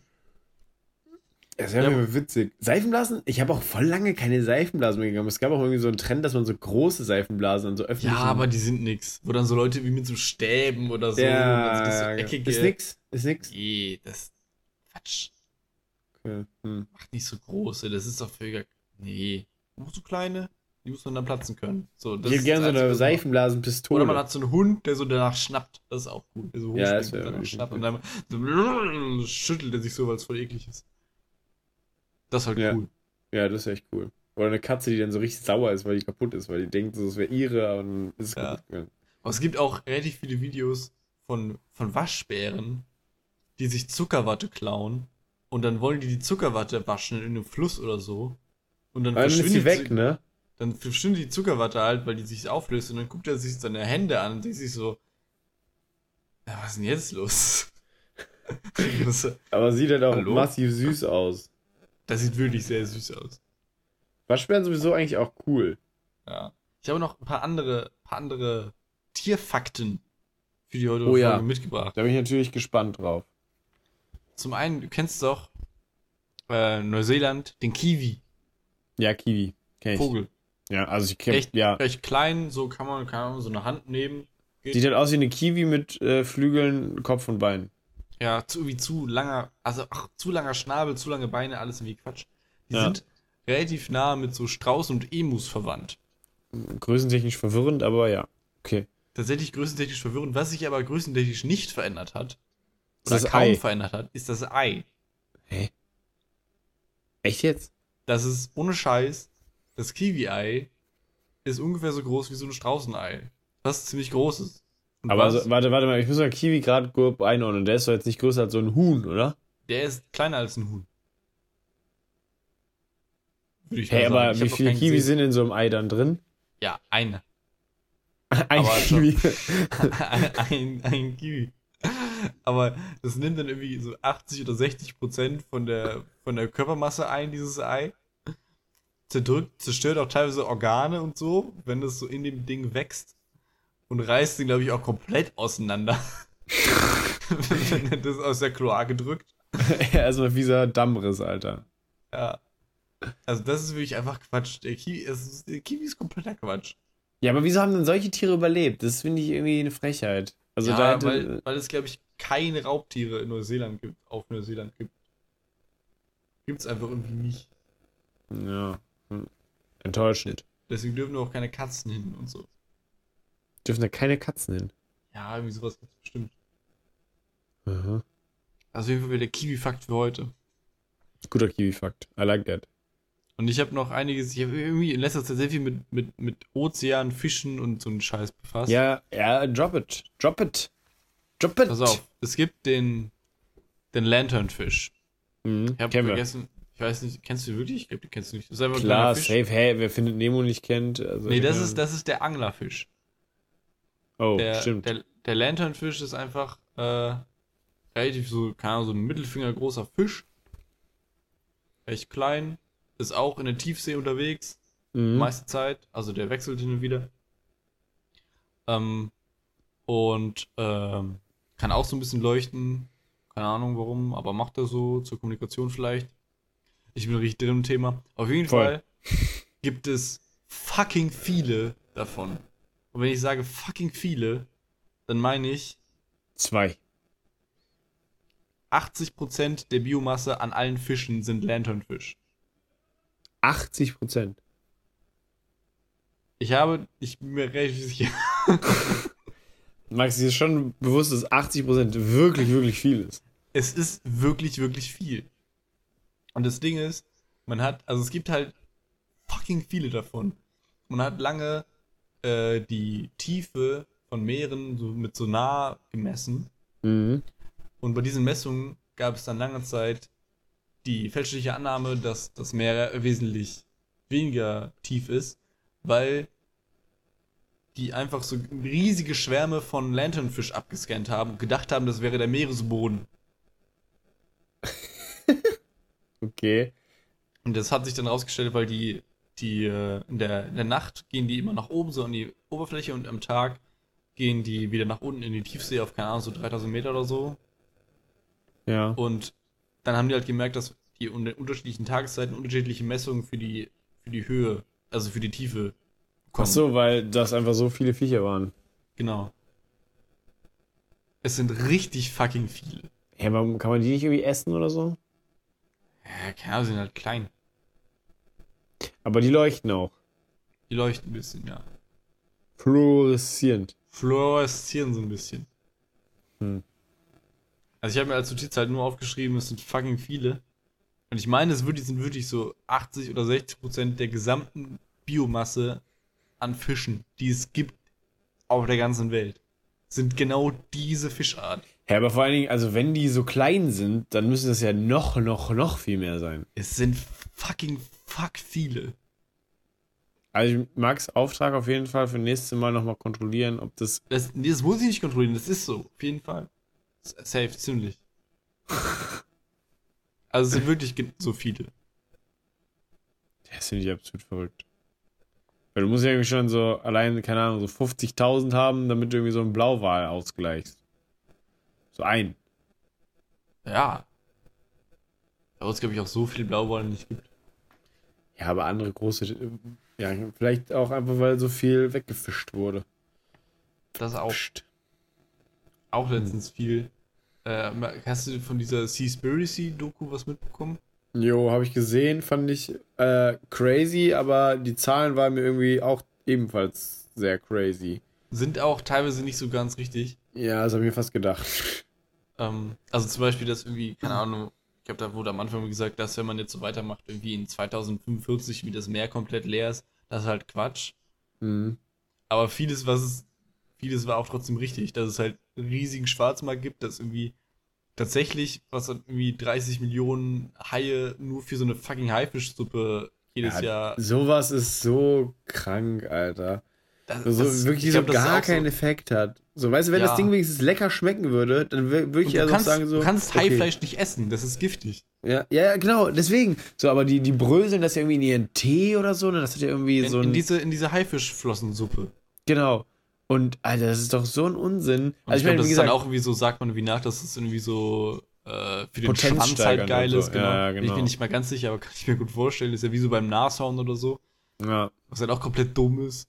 Speaker 2: Das wäre
Speaker 1: Ja.
Speaker 2: mir witzig. Seifenblasen? Ich habe auch voll lange keine Seifenblasen mehr gegangen. Es gab auch irgendwie so einen Trend, dass man so große Seifenblasen an so öffentlichen...
Speaker 1: Ja, aber die sind nix. Wo dann so Leute wie mit so Stäben oder so.
Speaker 2: Ja,
Speaker 1: das so eckige.
Speaker 2: ist nix.
Speaker 1: Nee, das Quatsch.
Speaker 2: Okay. Hm.
Speaker 1: Macht nicht so große. Das ist doch völlig. Nee. Nur so kleine, die muss man dann platzen können. So, das
Speaker 2: Ich hätte
Speaker 1: ist
Speaker 2: gerne so
Speaker 1: das
Speaker 2: eine
Speaker 1: Einzige, was man-
Speaker 2: Seifenblasenpistole.
Speaker 1: Oder man hat so einen Hund, der so danach schnappt. Das ist auch gut. Der so
Speaker 2: Ja, das
Speaker 1: hochspringt
Speaker 2: wäre
Speaker 1: und danach
Speaker 2: wirklich
Speaker 1: schnappt.
Speaker 2: gut.
Speaker 1: Und dann so schüttelt er sich so, weil es voll eklig ist. Das ist halt
Speaker 2: Ja.
Speaker 1: cool.
Speaker 2: Ja, das ist echt cool. Oder eine Katze, die dann so richtig sauer ist, weil die kaputt ist, weil die denkt, so, es wäre ihre, aber dann ist es
Speaker 1: Ja.
Speaker 2: kaputt gegangen.
Speaker 1: Aber es gibt auch relativ viele Videos von Waschbären, die sich Zuckerwatte klauen und dann wollen die Zuckerwatte waschen in einem Fluss oder so. Und dann
Speaker 2: Aber dann ist sie weg, ne?
Speaker 1: Dann verschwindet die Zuckerwatte halt, weil die sich auflöst und dann guckt er sich seine Hände an und denkt sich so, ja, was ist denn jetzt los?
Speaker 2: Aber sieht halt auch
Speaker 1: Hallo?
Speaker 2: massiv süß aus.
Speaker 1: Das sieht wirklich sehr süß aus.
Speaker 2: Waschbären sowieso eigentlich auch cool.
Speaker 1: Ja. Ich habe noch ein paar andere Tierfakten für die heutige
Speaker 2: Oh ja.
Speaker 1: Folge mitgebracht.
Speaker 2: Da bin ich natürlich gespannt drauf.
Speaker 1: Zum einen, du kennst doch Neuseeland, den Kiwi,
Speaker 2: Ja, Kiwi. Kenn ich.
Speaker 1: Vogel.
Speaker 2: Ja, also ich kenne,
Speaker 1: Recht,
Speaker 2: ja.
Speaker 1: recht klein, so kann man so eine Hand nehmen.
Speaker 2: Sieht halt aus wie eine Kiwi mit Flügeln, Kopf und Beinen.
Speaker 1: Ja, zu langer, zu langer Schnabel, zu lange Beine, alles irgendwie Quatsch. Die
Speaker 2: Ja.
Speaker 1: sind relativ nah mit so Strauß und Emus verwandt.
Speaker 2: Größentechnisch verwirrend, aber ja. Okay.
Speaker 1: Tatsächlich größentechnisch verwirrend. Was sich aber größentechnisch nicht verändert hat,
Speaker 2: Ist
Speaker 1: oder
Speaker 2: das
Speaker 1: kaum
Speaker 2: Ei.
Speaker 1: verändert hat, ist das Ei.
Speaker 2: Hä? Echt jetzt?
Speaker 1: Das ist ohne Scheiß, das Kiwi-Ei ist ungefähr so groß wie so ein Straußenei. Was ziemlich groß ist. Und
Speaker 2: Aber
Speaker 1: was?
Speaker 2: also, warte mal, ich muss mal Kiwi gerade grob einordnen. Der ist doch jetzt nicht größer als so ein Huhn, oder?
Speaker 1: Der ist kleiner als ein Huhn. Würde ich
Speaker 2: Hey,
Speaker 1: mal sagen.
Speaker 2: aber
Speaker 1: Ich
Speaker 2: wie
Speaker 1: hab noch
Speaker 2: viele
Speaker 1: keinen
Speaker 2: Kiwi
Speaker 1: gesehen.
Speaker 2: sind in so einem Ei dann drin?
Speaker 1: Ja, eine.
Speaker 2: Ein
Speaker 1: Aber schon.
Speaker 2: Kiwi.
Speaker 1: ein Kiwi. Aber das nimmt dann irgendwie so 80 oder 60% von der Körpermasse ein, dieses Ei. Zerstört auch teilweise Organe und so, wenn das so in dem Ding wächst. Und reißt den, glaube ich, auch komplett auseinander. Wenn er das aus der Kloake drückt.
Speaker 2: Erstmal fieser Dammriss, Alter.
Speaker 1: Ja. Also das ist wirklich einfach Quatsch. Der Kiwi ist kompletter Quatsch.
Speaker 2: Ja, aber wieso haben denn solche Tiere überlebt? Das finde ich irgendwie eine Frechheit. Also da
Speaker 1: Ja,
Speaker 2: hätte,
Speaker 1: weil es, glaube ich, keine Raubtiere in Neuseeland gibt, auf Neuseeland gibt. Gibt es einfach irgendwie nicht.
Speaker 2: ja. Enttäuschend.
Speaker 1: Deswegen dürfen auch keine Katzen hin und so.
Speaker 2: Dürfen da keine Katzen hin?
Speaker 1: Ja, irgendwie sowas gibt's bestimmt.
Speaker 2: Aha.
Speaker 1: Also auf jeden Fall wieder der Kiwi-Fakt für heute.
Speaker 2: Guter Kiwi-Fakt. I like that.
Speaker 1: Und ich habe noch einiges, ich habe irgendwie in letzter Zeit sehr viel mit Ozean, Fischen und so einen Scheiß befasst.
Speaker 2: Ja, drop it. Drop it. Drop it.
Speaker 1: Pass auf, es gibt den Lanternfisch.
Speaker 2: Mhm.
Speaker 1: Ich habe
Speaker 2: Kennen wir.
Speaker 1: vergessen, Ich weiß nicht, kennst du die wirklich? Ich glaube, die kennst du nicht. Das ist einfach ein
Speaker 2: Klar,
Speaker 1: kleiner Fisch.
Speaker 2: safe, hä, wer findet Nemo nicht kennt. Also,
Speaker 1: Nee, das ist der Anglerfisch.
Speaker 2: Oh,
Speaker 1: Der,
Speaker 2: stimmt.
Speaker 1: der, der Lanternfisch ist einfach relativ so, keine Ahnung, so ein Mittelfinger großer Fisch. Recht klein. Ist auch in der Tiefsee unterwegs.
Speaker 2: Mhm.
Speaker 1: Meiste Zeit. Also der wechselt hin und wieder. Ähm, und kann auch so ein bisschen leuchten. Keine Ahnung warum, aber macht er so zur Kommunikation vielleicht. Ich bin richtig drin im Thema. Auf jeden
Speaker 2: Voll.
Speaker 1: Fall gibt es fucking viele davon. Und wenn ich sage fucking viele, dann meine ich
Speaker 2: 2.
Speaker 1: 80% der Biomasse an allen Fischen sind Lanternfisch.
Speaker 2: 80%.
Speaker 1: Ich bin mir relativ sicher.
Speaker 2: Max, dir ist schon bewusst, dass 80% wirklich, wirklich viel ist.
Speaker 1: Es ist wirklich, wirklich viel. Und das Ding ist, also es gibt halt fucking viele davon. Man hat lange die Tiefe von Meeren so mit Sonar gemessen.
Speaker 2: Mhm.
Speaker 1: Und bei diesen Messungen gab es dann lange Zeit die fälschliche Annahme, dass das Meer wesentlich weniger tief ist, weil die einfach so riesige Schwärme von Lanternfisch abgescannt haben und gedacht haben, das wäre der Meeresboden.
Speaker 2: Okay.
Speaker 1: Und das hat sich dann rausgestellt, weil in der Nacht gehen die immer nach oben, so an die Oberfläche, und am Tag gehen die wieder nach unten in die Tiefsee auf, keine Ahnung, so 3000 Meter oder so.
Speaker 2: Ja.
Speaker 1: Und dann haben die halt gemerkt, dass die unter unterschiedlichen Tageszeiten unterschiedliche Messungen für die Höhe, also für die Tiefe
Speaker 2: Ach
Speaker 1: kommen.
Speaker 2: so, weil das einfach so viele Viecher waren.
Speaker 1: Genau. Es sind richtig fucking viele.
Speaker 2: Hä, warum kann man die nicht irgendwie essen oder so?
Speaker 1: Ja, keine Ahnung, sind halt klein.
Speaker 2: Aber die leuchten auch.
Speaker 1: Die leuchten ein bisschen, ja.
Speaker 2: Fluoreszierend.
Speaker 1: Fluoreszieren so ein bisschen.
Speaker 2: Hm.
Speaker 1: Also ich habe mir als Notiz halt nur aufgeschrieben, es sind fucking viele. Und ich meine, sind wirklich so 80 oder 60% der gesamten Biomasse an Fischen, die es gibt auf der ganzen Welt, sind genau diese Fischart.
Speaker 2: Ja, aber vor allen Dingen, also wenn die so klein sind, dann müsste das ja noch viel mehr sein.
Speaker 1: Es sind fucking viele.
Speaker 2: Also ich Max Auftrag auf jeden Fall für nächstes Mal nochmal kontrollieren, ob das...
Speaker 1: Das muss ich nicht kontrollieren, das ist so, auf jeden Fall. Safe, ziemlich. Also es sind wirklich so viele.
Speaker 2: Das finde ich absolut verrückt. Weil du musst ja irgendwie schon so allein, keine Ahnung, so 50.000 haben, damit du irgendwie so einen Blauwal ausgleichst. So ein.
Speaker 1: Ja. Aber es glaube ich auch so viele Blauwale nicht gibt.
Speaker 2: Ja, aber andere große... Ja, vielleicht auch einfach, weil so viel weggefischt wurde.
Speaker 1: Das auch.
Speaker 2: Psst.
Speaker 1: Auch letztens viel. Hast du von dieser Seaspiracy-Doku was mitbekommen?
Speaker 2: Jo, habe ich gesehen, fand ich crazy, aber die Zahlen waren mir irgendwie auch ebenfalls sehr crazy.
Speaker 1: Sind auch teilweise nicht so ganz richtig.
Speaker 2: Ja, das habe ich mir fast gedacht.
Speaker 1: Also zum Beispiel, dass irgendwie, keine Ahnung, ich glaube, da wurde am Anfang gesagt, dass wenn man jetzt so weitermacht, irgendwie in 2045, wie das Meer komplett leer ist, das ist halt Quatsch.
Speaker 2: Mhm.
Speaker 1: Aber vieles war auch trotzdem richtig, dass es halt einen riesigen Schwarzmarkt gibt, dass irgendwie tatsächlich, was dann irgendwie 30 Millionen Haie nur für so eine fucking Haifischsuppe jedes Jahr.
Speaker 2: Sowas ist so krank, Alter. Wirklich
Speaker 1: ich
Speaker 2: so
Speaker 1: glaub, das ist
Speaker 2: gar
Speaker 1: auch so.
Speaker 2: keinen Effekt hat. So, weißt du, wenn
Speaker 1: Ja.
Speaker 2: das Ding wenigstens lecker schmecken würde, dann würde ich
Speaker 1: Und
Speaker 2: ja so sagen so.
Speaker 1: du kannst
Speaker 2: okay.
Speaker 1: Haifleisch nicht essen, das ist giftig.
Speaker 2: Ja, genau, deswegen. So, aber die bröseln das ja irgendwie in ihren Tee oder so, ne? Das hat ja irgendwie so
Speaker 1: In
Speaker 2: ein.
Speaker 1: diese Haifischflossensuppe.
Speaker 2: Genau. Und, Alter, das ist doch so ein Unsinn.
Speaker 1: Und
Speaker 2: Also,
Speaker 1: ich glaube, das
Speaker 2: wie
Speaker 1: ist dann
Speaker 2: gesagt,
Speaker 1: auch irgendwie so, sagt man wie nach, dass es irgendwie so für den
Speaker 2: Potenz
Speaker 1: Schwanz halt
Speaker 2: steigern
Speaker 1: geil
Speaker 2: und
Speaker 1: ist.
Speaker 2: so.
Speaker 1: Genau.
Speaker 2: Ja, genau.
Speaker 1: Ich bin nicht mal ganz sicher, aber kann ich mir gut vorstellen. Ist ja wie so beim Nashorn oder so,
Speaker 2: ja.
Speaker 1: was halt auch komplett dumm ist.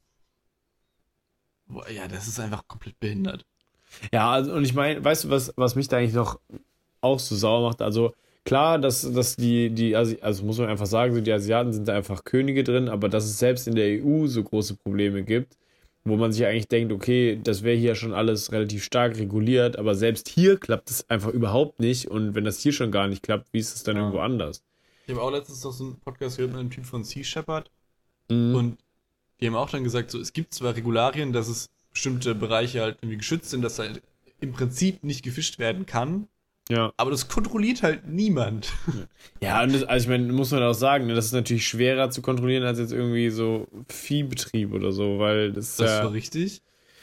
Speaker 1: Boah, ja, das ist einfach komplett behindert.
Speaker 2: Ja, also, und ich meine, weißt du, was mich da eigentlich noch auch so sauer macht? Also, klar, dass also muss man einfach sagen, so die Asiaten sind da einfach Könige drin, aber dass es selbst in der EU so große Probleme gibt, wo man sich eigentlich denkt, okay, das wäre hier schon alles relativ stark reguliert, aber selbst hier klappt es einfach überhaupt nicht, und wenn das hier schon gar nicht klappt, wie ist es dann
Speaker 1: Ja.
Speaker 2: irgendwo anders?
Speaker 1: Ich habe auch letztens noch so einen Podcast gehört mit einem Typ von Sea Shepherd.
Speaker 2: Mhm.
Speaker 1: Und die haben auch dann gesagt, so, es gibt zwar Regularien, dass es bestimmte Bereiche halt irgendwie geschützt sind, dass halt im Prinzip nicht gefischt werden kann,
Speaker 2: Ja.
Speaker 1: Aber das kontrolliert halt niemand.
Speaker 2: Ja, und also ich meine, muss man auch sagen, ne, das ist natürlich schwerer zu kontrollieren als jetzt irgendwie so Viehbetrieb oder so, weil das
Speaker 1: Das war richtig.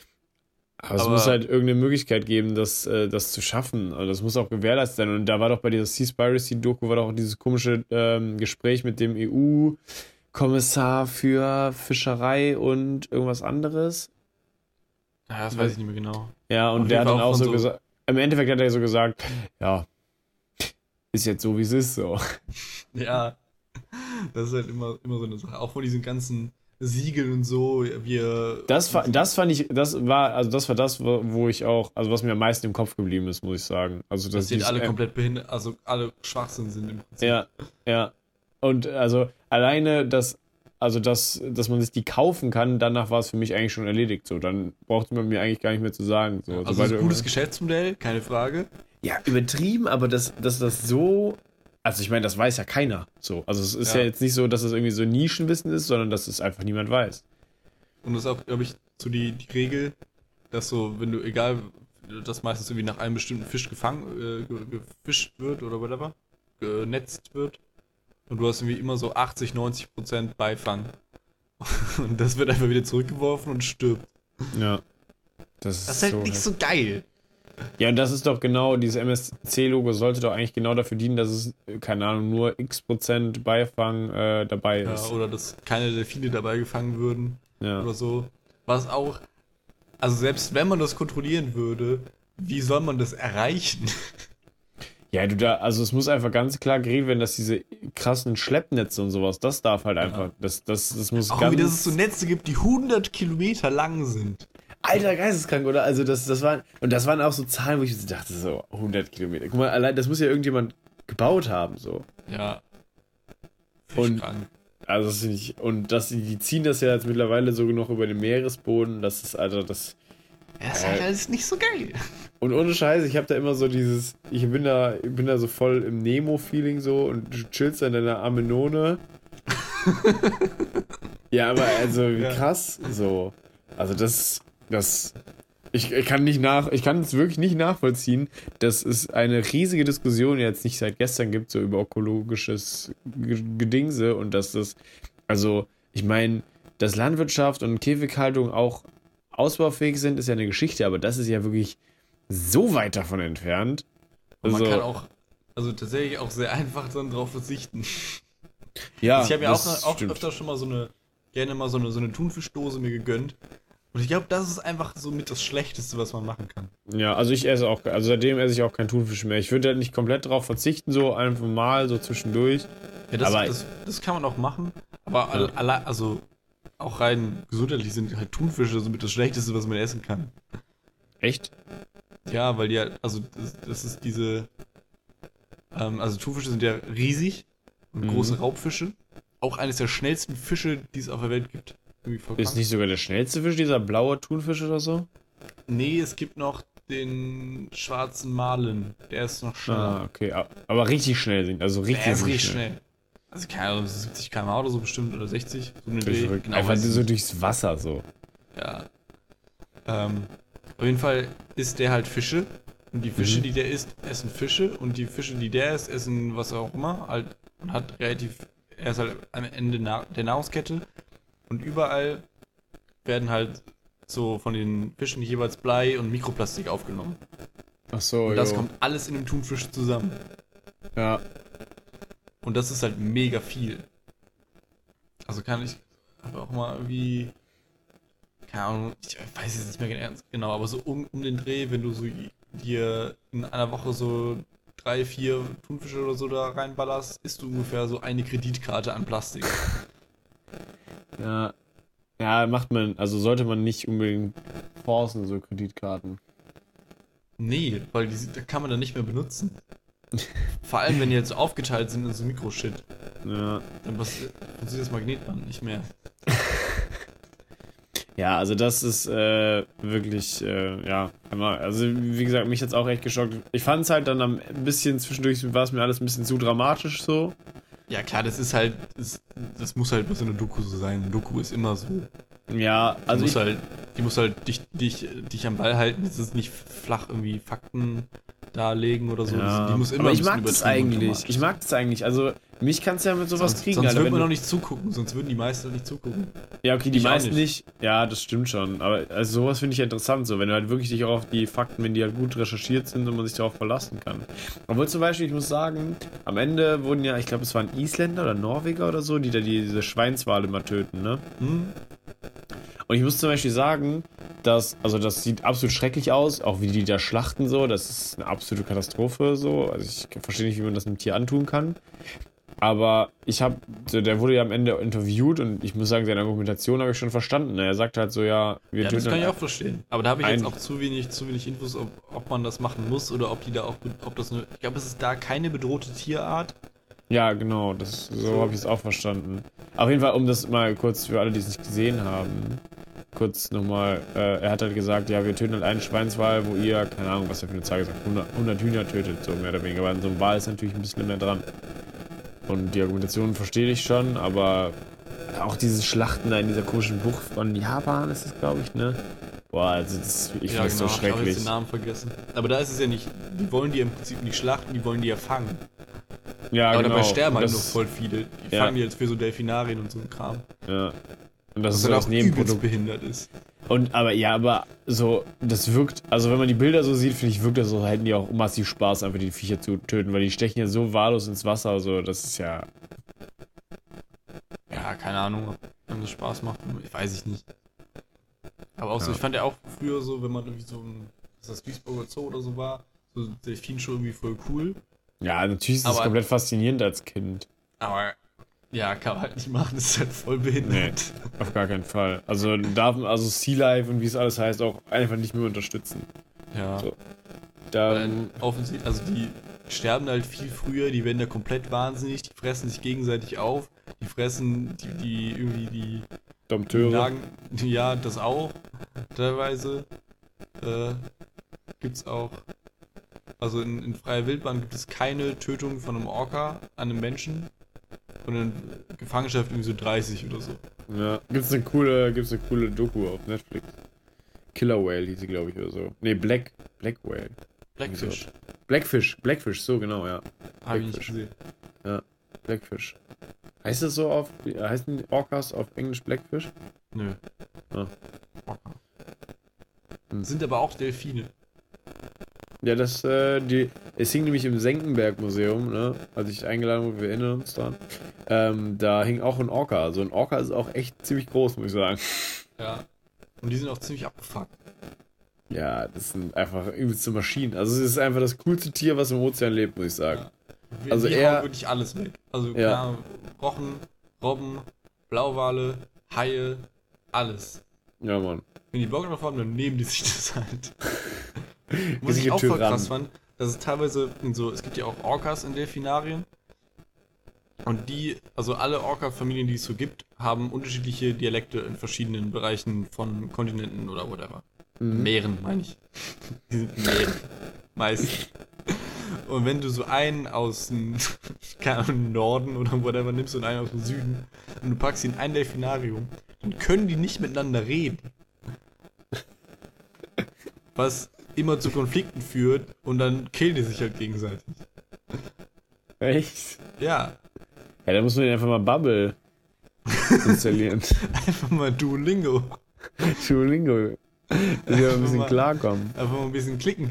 Speaker 2: aber es muss halt irgendeine Möglichkeit geben, das zu schaffen. Also das muss auch gewährleistet sein. Und da war doch bei dieser Seaspiracy-Doku war doch auch dieses komische Gespräch mit dem EU-Kommissar für Fischerei und irgendwas anderes.
Speaker 1: Ja, das weiß ich nicht mehr genau.
Speaker 2: Ja, und der hat dann auch so gesagt, im Endeffekt hat er so gesagt, ja, ist jetzt so, wie es ist, so.
Speaker 1: Ja, das ist halt immer so eine Sache. Auch von diesen ganzen Siegeln und so,
Speaker 2: Das fand ich, das war das, wo ich auch, also was mir am meisten im Kopf geblieben ist, muss ich sagen. Also,
Speaker 1: dass die alle komplett behindert, also alle Schwachsinn sind im Prinzip.
Speaker 2: Ja. Und also alleine dass man sich die kaufen kann, danach war es für mich eigentlich schon erledigt. So, dann brauchte man mir eigentlich gar nicht mehr zu sagen. So,
Speaker 1: also das ist ein gutes Geschäftsmodell, keine Frage.
Speaker 2: Ja, übertrieben, aber dass das so. Also ich meine, das weiß ja keiner. So. Also es ist ja jetzt nicht so, dass es irgendwie so Nischenwissen ist, sondern dass es einfach niemand weiß.
Speaker 1: Und das ist auch, glaube ich, so die Regel, dass so, wenn du, egal, dass meistens irgendwie nach einem bestimmten Fisch gefischt wird oder whatever, genetzt wird. Und du hast irgendwie immer so 80-90% Beifang. Und das wird einfach wieder zurückgeworfen und stirbt.
Speaker 2: Ja.
Speaker 1: Das ist halt so nicht so geil.
Speaker 2: Ja, und das ist doch genau, dieses MSC-Logo sollte doch eigentlich genau dafür dienen, dass es, keine Ahnung, nur x% Beifang dabei ist.
Speaker 1: Ja, oder dass keine Delfine dabei gefangen würden.
Speaker 2: Ja.
Speaker 1: Oder so. Was auch, also selbst wenn man das kontrollieren würde, wie soll man das erreichen?
Speaker 2: Ja, also es muss einfach ganz klar geregelt werden, dass diese krassen Schleppnetze und sowas, das darf halt einfach, das muss
Speaker 1: auch
Speaker 2: ganz...
Speaker 1: wie, dass es so Netze gibt, die 100 Kilometer lang sind.
Speaker 2: Alter, geisteskrank, oder? Also das waren auch so Zahlen, wo ich so dachte, so 100 Kilometer. Guck mal, allein, das muss ja irgendjemand gebaut haben, so.
Speaker 1: Ja.
Speaker 2: Und, also das finde ich, und die ziehen das ja jetzt mittlerweile so noch über den Meeresboden, das ist, Alter, das...
Speaker 1: Ja, das ist halt alles nicht so geil.
Speaker 2: Und ohne Scheiß, ich habe da immer so dieses, ich bin da so voll im Nemo-Feeling so und du chillst da in deiner Amenone. Ja, aber also wie krass, so. Also ich kann es wirklich nicht nachvollziehen, dass es eine riesige Diskussion jetzt nicht seit gestern gibt, so über ökologisches Gedingse und dass das, also ich meine, dass Landwirtschaft und Käfighaltung auch ausbaufähig sind, ist ja eine Geschichte, aber das ist ja wirklich so weit davon entfernt.
Speaker 1: Also, man kann auch, also tatsächlich auch sehr einfach dann drauf verzichten.
Speaker 2: Ja,
Speaker 1: also ich habe ja auch öfter schon mal gerne mal so eine Thunfischdose mir gegönnt. Und ich glaube, das ist einfach so mit das Schlechteste, was man machen kann.
Speaker 2: Ja, also seitdem esse ich auch kein Thunfisch mehr. Ich würde halt nicht komplett drauf verzichten, so einfach mal, so zwischendurch.
Speaker 1: Ja, das kann man auch machen, aber also auch rein gesundheitlich sind halt Thunfische so mit das Schlechteste, was man essen kann.
Speaker 2: Echt?
Speaker 1: Ja, weil die halt, also das ist diese, also Thunfische sind ja riesig und große Raubfische. Auch eines der schnellsten Fische, die es auf der Welt gibt.
Speaker 2: Ist nicht sogar der schnellste Fisch, dieser blaue Thunfisch oder so?
Speaker 1: Nee, es gibt noch den schwarzen Marlin. Der ist noch schneller.
Speaker 2: Ah, okay. Aber richtig schnell, also richtig,
Speaker 1: der ist richtig schnell. Also keine Ahnung, 70 km/h oder so bestimmt, oder 60. So eine Idee.
Speaker 2: Genau, einfach so durchs Wasser so.
Speaker 1: Ja. Auf jeden Fall isst der halt Fische. Und die Fische, die der isst, essen Fische. Und die Fische, die der isst, essen was auch immer. Halt, und er ist halt am Ende der Nahrungskette. Und überall werden halt so von den Fischen jeweils Blei und Mikroplastik aufgenommen.
Speaker 2: Ach so,
Speaker 1: und das kommt alles in dem Thunfisch zusammen.
Speaker 2: Ja.
Speaker 1: Und das ist halt mega viel. Also kann ich aber auch mal irgendwie, keine Ahnung, ich weiß jetzt nicht mehr genau, aber so um den Dreh, wenn du so dir in einer Woche so 3, 4 Thunfische oder so da reinballerst, isst du ungefähr so eine Kreditkarte an Plastik.
Speaker 2: Ja. Ja, also sollte man nicht unbedingt forcen, so Kreditkarten.
Speaker 1: Nee, weil da kann man dann nicht mehr benutzen. Vor allem, wenn die jetzt so aufgeteilt sind in so Mikroshit.
Speaker 2: Ja.
Speaker 1: Dann funktioniert das Magnetband nicht mehr.
Speaker 2: Ja, also das ist wirklich, ja, also wie gesagt, mich hat's auch echt geschockt. Ich fand es halt dann ein bisschen zwischendurch, war es mir alles ein bisschen zu dramatisch so.
Speaker 1: Ja klar, das ist halt, das muss halt bei so einer Doku so sein. Eine Doku ist immer so.
Speaker 2: Ja, also
Speaker 1: die muss halt dich am Ball halten. Das ist nicht flach irgendwie Fakten darlegen oder so.
Speaker 2: Ja,
Speaker 1: Die muss immer
Speaker 2: aber
Speaker 1: ein
Speaker 2: ich
Speaker 1: bisschen
Speaker 2: mag das
Speaker 1: übertrieben und
Speaker 2: eigentlich.
Speaker 1: dramatisch
Speaker 2: Ich mag das eigentlich. Also, mich kannst du ja mit sowas kriegen,
Speaker 1: sonst
Speaker 2: Alter.
Speaker 1: würde
Speaker 2: Wenn
Speaker 1: man
Speaker 2: du,
Speaker 1: noch nicht zugucken, sonst würden die meisten nicht zugucken.
Speaker 2: ja, okay, die
Speaker 1: Ich auch
Speaker 2: meisten
Speaker 1: nicht.
Speaker 2: nicht. Ja, das stimmt schon. Aber also sowas finde ich ja interessant, so, wenn du halt wirklich dich auch auf die Fakten, wenn die halt gut recherchiert sind und man sich darauf verlassen kann. Obwohl zum Beispiel, ich muss sagen, am Ende wurden ja, ich glaube, es waren Isländer oder Norweger oder so, die da diese Schweinswale immer töten, ne?
Speaker 1: Hm?
Speaker 2: Und ich muss zum Beispiel sagen, also das sieht absolut schrecklich aus, auch wie die da schlachten so, das ist eine absolute Katastrophe so. Also ich verstehe nicht, wie man das einem Tier antun kann. Aber der wurde ja am Ende interviewt und ich muss sagen, seine Argumentation habe ich schon verstanden. Er sagt halt so, ja, wir
Speaker 1: Ja,
Speaker 2: töten
Speaker 1: das kann ich
Speaker 2: halt
Speaker 1: auch verstehen. Aber da habe ich jetzt
Speaker 2: ein-
Speaker 1: auch zu wenig Infos, ob man das machen muss oder ob die da auch, ich glaube, es ist da keine bedrohte Tierart.
Speaker 2: Ja, genau, so habe ich es auch verstanden. Auf jeden Fall, um das mal kurz für alle, die es nicht gesehen haben, kurz nochmal, er hat halt gesagt, ja, wir töten halt einen Schweinswal, wo ihr, keine Ahnung, was er für eine Zahl gesagt hat, 100 Hühner tötet, so mehr oder weniger. Aber an so einem Wal ist natürlich ein bisschen mehr dran. Und die Argumentation verstehe ich schon, aber auch dieses Schlachten da in dieser komischen Bucht von Japan ist es, glaube ich, ne? Boah, also ich finde das so
Speaker 1: Ich habe jetzt
Speaker 2: schrecklich.
Speaker 1: den Namen vergessen. Aber da ist es ja nicht, die wollen die im Prinzip nicht schlachten, die wollen die ja fangen.
Speaker 2: Ja,
Speaker 1: Aber
Speaker 2: genau.
Speaker 1: dabei sterben halt
Speaker 2: das,
Speaker 1: noch voll viele. Die
Speaker 2: ja.
Speaker 1: fangen die jetzt für so Delfinarien und so ein Kram.
Speaker 2: Ja. Und das
Speaker 1: Was
Speaker 2: ist so
Speaker 1: dann
Speaker 2: das
Speaker 1: auch übelst
Speaker 2: Nebenprodukt.
Speaker 1: behindert ist.
Speaker 2: Aber so, das wirkt, also wenn man die Bilder so sieht, finde ich, wirkt das so, hätten die auch massiv Spaß, einfach die Viecher zu töten, weil die stechen ja so wahllos ins Wasser, so, das ist ja.
Speaker 1: Ja, keine Ahnung, ob einem das Spaß macht. Ich weiß ich nicht. Aber auch so, ich fand ja auch früher so, wenn man irgendwie so das Duisburger Zoo oder so war, so Delfinshow irgendwie voll cool.
Speaker 2: Ja, natürlich ist das
Speaker 1: Aber-
Speaker 2: komplett faszinierend als Kind.
Speaker 1: Aber ja, kann man halt nicht machen, das ist halt voll behindert.
Speaker 2: Auf gar keinen Fall. Also darf man, also Sea Life und wie es alles heißt, auch einfach nicht mehr unterstützen.
Speaker 1: Ja.
Speaker 2: So.
Speaker 1: Weil offensichtlich, also die sterben halt viel früher, die werden da komplett wahnsinnig, die fressen sich gegenseitig auf, die fressen die irgendwie die
Speaker 2: Dompteure.
Speaker 1: Nagen, ja, das auch, teilweise. Gibt's auch, also in freier Wildbahn gibt es keine Tötung von einem Orca an einem Menschen und in Gefangenschaft irgendwie so 30 oder so.
Speaker 2: Ja, gibt's eine coole Doku auf Netflix. Killer Whale hieß sie, glaube ich, oder so. Nee, Black Whale.
Speaker 1: Blackfish,
Speaker 2: Blackfish, so genau, ja.
Speaker 1: habe ich nicht
Speaker 2: Blackfish.
Speaker 1: gesehen.
Speaker 2: Blackfish. Heißt das so heißen die Orcas auf Englisch Blackfish?
Speaker 1: Nö.
Speaker 2: Ah.
Speaker 1: Orca.
Speaker 2: Hm.
Speaker 1: Sind aber auch Delfine.
Speaker 2: Ja, es hing nämlich im Senckenberg-Museum, ne, als ich eingeladen wurde, wir erinnern uns daran. Da hing auch ein Orca. Also ein Orca ist auch echt ziemlich groß, muss ich sagen.
Speaker 1: Ja. Und die sind auch ziemlich abgefuckt.
Speaker 2: Ja, das sind einfach übelste Maschinen. Also es ist einfach das coolste Tier, was im Ozean lebt, muss ich sagen.
Speaker 1: Ja.
Speaker 2: Also
Speaker 1: die
Speaker 2: er-
Speaker 1: hauen wirklich alles weg. Also
Speaker 2: Ja.
Speaker 1: klar, Rochen, Robben, Blauwale, Haie, alles.
Speaker 2: Ja, Mann.
Speaker 1: Wenn die Bock drauf haben, dann nehmen die sich das halt. Was ich
Speaker 2: Richtige
Speaker 1: auch voll
Speaker 2: Tyrannen.
Speaker 1: krass fand, dass es teilweise es gibt ja auch Orcas in Delfinarien. Und also alle Orca-Familien, die es so gibt, haben unterschiedliche Dialekte in verschiedenen Bereichen von Kontinenten oder whatever. Meeren, meine ich. Die sind Meeren. Meist. Und wenn du so einen aus dem keine Ahnung, Norden oder whatever nimmst und einen aus dem Süden und du packst ihn in ein Delfinarium, dann können die nicht miteinander reden. Was immer zu Konflikten führt und dann killen die sich halt gegenseitig.
Speaker 2: Echt?
Speaker 1: Ja,
Speaker 2: Ja, da muss man einfach mal Bubble installieren.
Speaker 1: einfach mal Duolingo.
Speaker 2: Duolingo. Dass wir ein bisschen
Speaker 1: mal-
Speaker 2: klarkommen.
Speaker 1: Einfach mal ein bisschen klicken.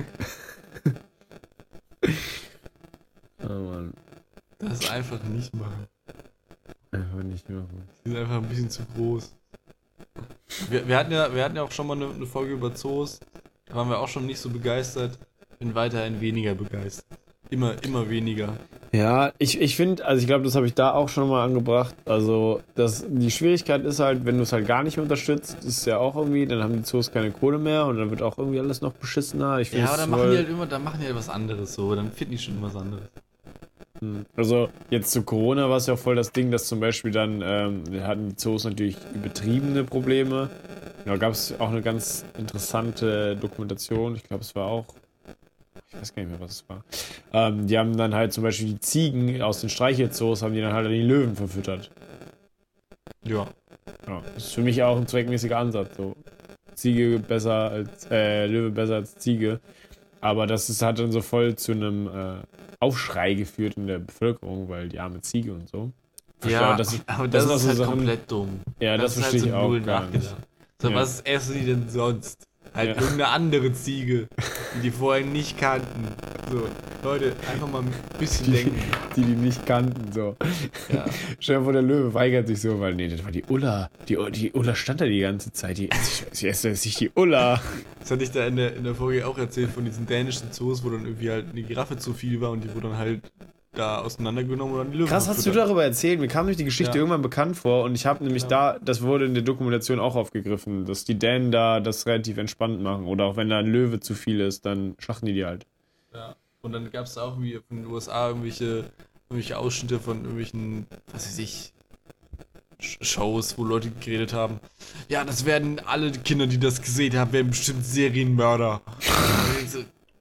Speaker 2: Oh Mann.
Speaker 1: Das einfach nicht machen.
Speaker 2: Einfach nicht machen.
Speaker 1: Die sind einfach ein bisschen zu groß. Wir hatten ja auch schon mal eine Folge über Zoos. Da waren wir auch schon nicht so begeistert. Bin weiterhin weniger begeistert. Immer weniger.
Speaker 2: Ja, ich finde, also ich glaube, das habe ich da auch schon mal angebracht. Also, die Schwierigkeit ist halt, wenn du es halt gar nicht mehr unterstützt, ist ja auch irgendwie, dann haben die Zoos keine Kohle mehr und dann wird auch irgendwie alles noch beschissener. Ich
Speaker 1: Ja,
Speaker 2: finde
Speaker 1: aber
Speaker 2: es
Speaker 1: dann machen die halt was anderes so. Dann finden die schon was anderes.
Speaker 2: Also jetzt zu Corona war es ja auch voll das Ding, dass zum Beispiel dann hatten die Zoos natürlich übertriebene Probleme. Da gab es auch eine ganz interessante Dokumentation. Ich glaube, es war auch, ich weiß gar nicht mehr, was es war. Die haben dann halt zum Beispiel die Ziegen aus den Streichelzoos, haben die dann halt an die Löwen verfüttert.
Speaker 1: Ja.
Speaker 2: Ja, das ist für mich auch ein zweckmäßiger Ansatz. So. Löwe besser als Ziege. Aber hat dann so voll zu einem Aufschrei geführt in der Bevölkerung, weil die arme Ziege und so.
Speaker 1: Ja, aber das ist
Speaker 2: so
Speaker 1: halt
Speaker 2: Sachen,
Speaker 1: komplett dumm.
Speaker 2: ja, das verstehe ich auch
Speaker 1: null
Speaker 2: gar nicht.
Speaker 1: So,
Speaker 2: Ja.
Speaker 1: was essen die denn sonst? Halt
Speaker 2: Ja.
Speaker 1: irgendeine andere Ziege, die vorher nicht kannten. So, Leute, einfach mal ein bisschen denken.
Speaker 2: Die nicht kannten, so.
Speaker 1: Ja.
Speaker 2: Stell dir vor, der Löwe weigert sich so, weil, nee, das war die Ulla. Die Ulla stand da die ganze Zeit. Ich esse jetzt nicht die Ulla.
Speaker 1: Das hatte ich da in der Folge auch erzählt von diesen dänischen Zoos, wo dann irgendwie halt eine Giraffe zu viel war und die wurde dann halt da auseinandergenommen und dann die Löwen
Speaker 2: Krass, hast du
Speaker 1: verfüttert.
Speaker 2: darüber erzählt? Mir kam durch die Geschichte
Speaker 1: Ja.
Speaker 2: irgendwann bekannt vor und ich habe nämlich das wurde in der Dokumentation auch aufgegriffen, dass die Dänen da das relativ entspannt machen. Oder auch wenn da ein Löwe zu viel ist, dann schlachten die halt.
Speaker 1: Ja. Und dann gab es auch irgendwie von den USA irgendwelche Ausschnitte von irgendwelchen, was weiß ich, Shows, wo Leute geredet haben. Ja, das werden alle Kinder, die das gesehen haben, werden bestimmt Serienmörder. Und ich so,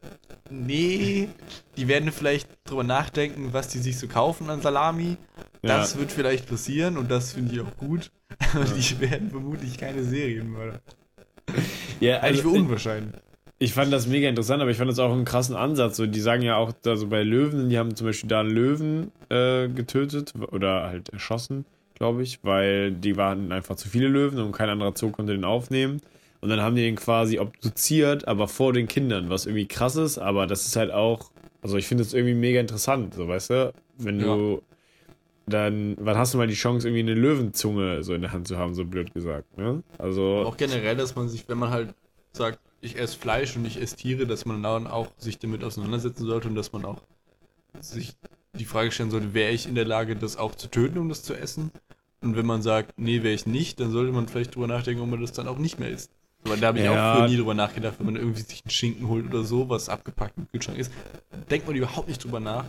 Speaker 1: nee, die werden vielleicht drüber nachdenken, was die sich so kaufen an Salami. Das wird vielleicht passieren und das finde ich auch gut. Aber die werden vermutlich keine Serienmörder.
Speaker 2: Ja,
Speaker 1: Eigentlich für unwahrscheinlich.
Speaker 2: ich fand das mega interessant, aber ich fand das auch einen krassen Ansatz. So, die sagen ja auch, also bei Löwen, die haben zum Beispiel da einen Löwen getötet oder halt erschossen, glaube ich, weil die waren einfach zu viele Löwen und kein anderer Zoo konnte den aufnehmen. Und dann haben die den quasi obduziert, aber vor den Kindern, was irgendwie krass ist, aber das ist halt auch, also ich finde das irgendwie mega interessant, so, weißt du, wenn du dann, wann hast du mal die Chance, irgendwie eine Löwenzunge so in der Hand zu haben, so blöd gesagt, ne? Also.
Speaker 1: Auch generell, dass man sich, wenn man halt sagt, ich esse Fleisch und ich esse Tiere, dass man dann auch sich damit auseinandersetzen sollte und dass man auch sich die Frage stellen sollte, wäre ich in der Lage, das auch zu töten, um das zu essen? Und wenn man sagt, nee, wäre ich nicht, dann sollte man vielleicht drüber nachdenken, ob man das dann auch nicht mehr isst. Aber da habe ich auch früher nie drüber nachgedacht, wenn man irgendwie sich einen Schinken holt oder so, was abgepackt im Kühlschrank ist, denkt man überhaupt nicht drüber nach.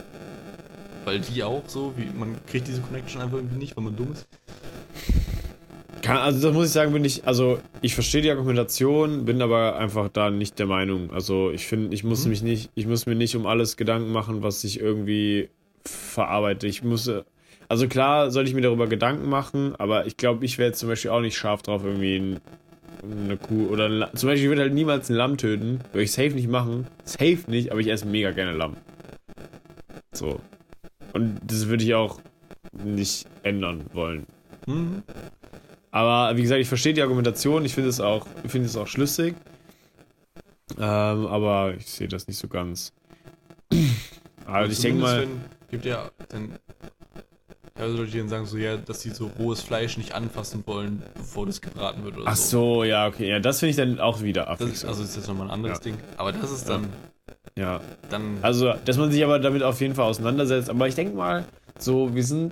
Speaker 1: Weil die auch so, wie man kriegt diese Connection einfach irgendwie nicht, weil man dumm ist.
Speaker 2: Also das muss ich sagen, ich verstehe die Argumentation, bin aber einfach da nicht der Meinung. Also ich finde, ich muss mir nicht um alles Gedanken machen, was ich irgendwie verarbeite. Also klar sollte ich mir darüber Gedanken machen, aber ich glaube, ich wäre jetzt zum Beispiel auch nicht scharf drauf, irgendwie eine Kuh oder zum Beispiel, ich würde halt niemals ein Lamm töten, würde ich safe nicht machen. Safe nicht, aber ich esse mega gerne Lamm. So. Und das würde ich auch nicht ändern wollen.
Speaker 1: Mhm.
Speaker 2: Aber wie gesagt, ich verstehe die Argumentation, ich finde es auch schlüssig. Aber ich sehe das nicht so ganz. Also ich denke mal.
Speaker 1: Gibt ja dann Leute, die dann sagen so, ja, dass sie so rohes Fleisch nicht anfassen wollen, bevor das gebraten wird oder so.
Speaker 2: Ach so, ja, okay. Ja, das finde ich dann auch wieder affig.
Speaker 1: Also ist jetzt nochmal ein anderes Ding. Aber das ist dann.
Speaker 2: Ja.
Speaker 1: Dann.
Speaker 2: Also, dass man sich aber damit auf jeden Fall auseinandersetzt. Aber ich denke mal, so, wir sind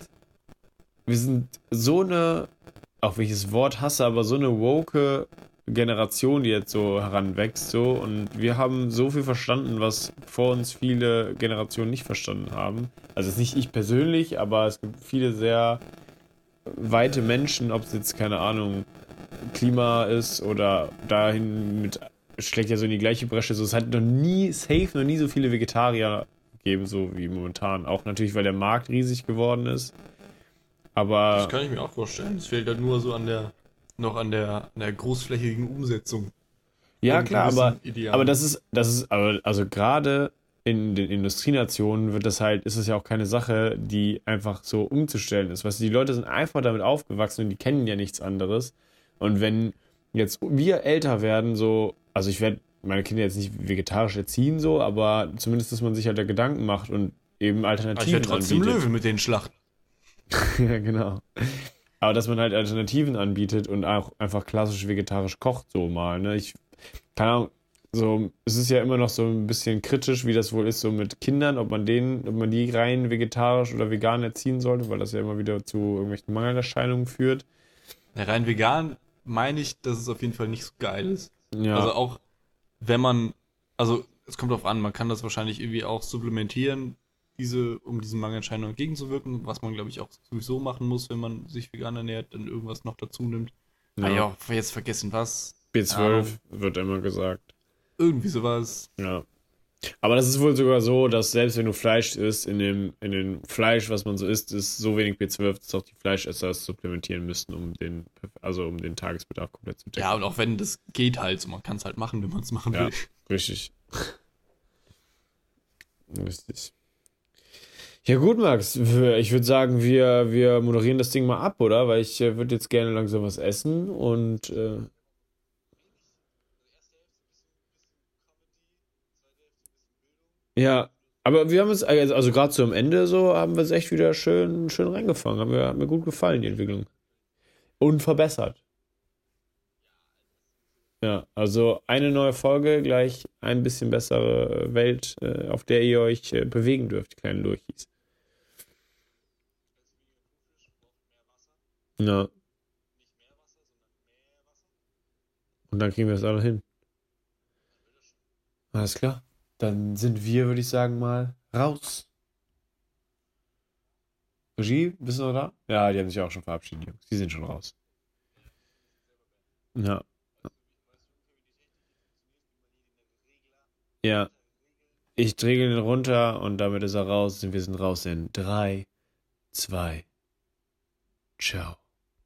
Speaker 2: so eine, auch wenn ich das Wort hasse, aber so eine woke Generation, die jetzt so heranwächst, so, und wir haben so viel verstanden, was vor uns viele Generationen nicht verstanden haben. Also jetzt nicht ich persönlich, aber es gibt viele sehr weite Menschen, ob es jetzt, keine Ahnung, Klima ist oder dahin schlägt ja so in die gleiche Bresche. So, es hat noch nie so viele Vegetarier gegeben, so wie momentan. Auch natürlich, weil der Markt riesig geworden ist. Aber.
Speaker 1: Das kann ich mir auch vorstellen. Es fehlt halt nur so an der großflächigen Umsetzung.
Speaker 2: Ja, klar, aber das ist, also gerade in den Industrienationen ist es ja auch keine Sache, die einfach so umzustellen ist. Weißt du, die Leute sind einfach damit aufgewachsen und die kennen ja nichts anderes. Und wenn jetzt wir älter werden, so, also ich werde meine Kinder jetzt nicht vegetarisch erziehen, so, aber zumindest, dass man sich halt da Gedanken macht und eben Alternativen
Speaker 1: ich werde trotzdem
Speaker 2: anbietet.
Speaker 1: Löwen mit den Schlachten.
Speaker 2: Ja, genau. Aber dass man halt Alternativen anbietet und auch einfach klassisch vegetarisch kocht, so mal, ne? Keine Ahnung, so, es ist ja immer noch so ein bisschen kritisch, wie das wohl ist, so mit Kindern, ob man die rein vegetarisch oder vegan erziehen sollte, weil das ja immer wieder zu irgendwelchen Mangelerscheinungen führt.
Speaker 1: Ja, rein vegan meine ich, dass es auf jeden Fall nicht so geil ist.
Speaker 2: Ja.
Speaker 1: Also auch, wenn man, also es kommt drauf an, man kann das wahrscheinlich irgendwie auch supplementieren, um diesen Mangelerscheinungen entgegenzuwirken, was man, glaube ich, auch sowieso machen muss, wenn man sich vegan ernährt, dann irgendwas noch dazu nimmt.
Speaker 2: Ja.
Speaker 1: Ja, auch jetzt vergessen was.
Speaker 2: B12 wird immer gesagt.
Speaker 1: Irgendwie sowas.
Speaker 2: Ja. Aber das ist wohl sogar so, dass selbst wenn du Fleisch isst, in dem Fleisch, was man so isst, ist so wenig B12, dass auch die Fleischesser es supplementieren müssten, um den Tagesbedarf komplett zu decken.
Speaker 1: Ja, und auch wenn das geht halt so, man kann es halt machen, wenn man es machen will.
Speaker 2: Richtig. Richtig. Ja gut, Max, ich würde sagen, wir moderieren das Ding mal ab, oder? Weil ich würde jetzt gerne langsam was essen und ja, aber wir haben es, also gerade so am Ende so, haben wir es echt wieder schön reingefangen. Hat mir gut gefallen, die Entwicklung. Und verbessert. Ja, also eine neue Folge, gleich ein bisschen bessere Welt, auf der ihr euch bewegen dürft, die kleinen Lurchis. Ja, und dann kriegen wir es alle hin. Alles klar. Dann sind wir, würde ich sagen, mal raus. Regie, bist du noch da? Ja, die haben sich auch schon verabschiedet, Jungs. Die sind schon raus. Ja, ja. Ich drehe den runter und damit ist er raus. Und wir sind raus in 3, 2, ciao.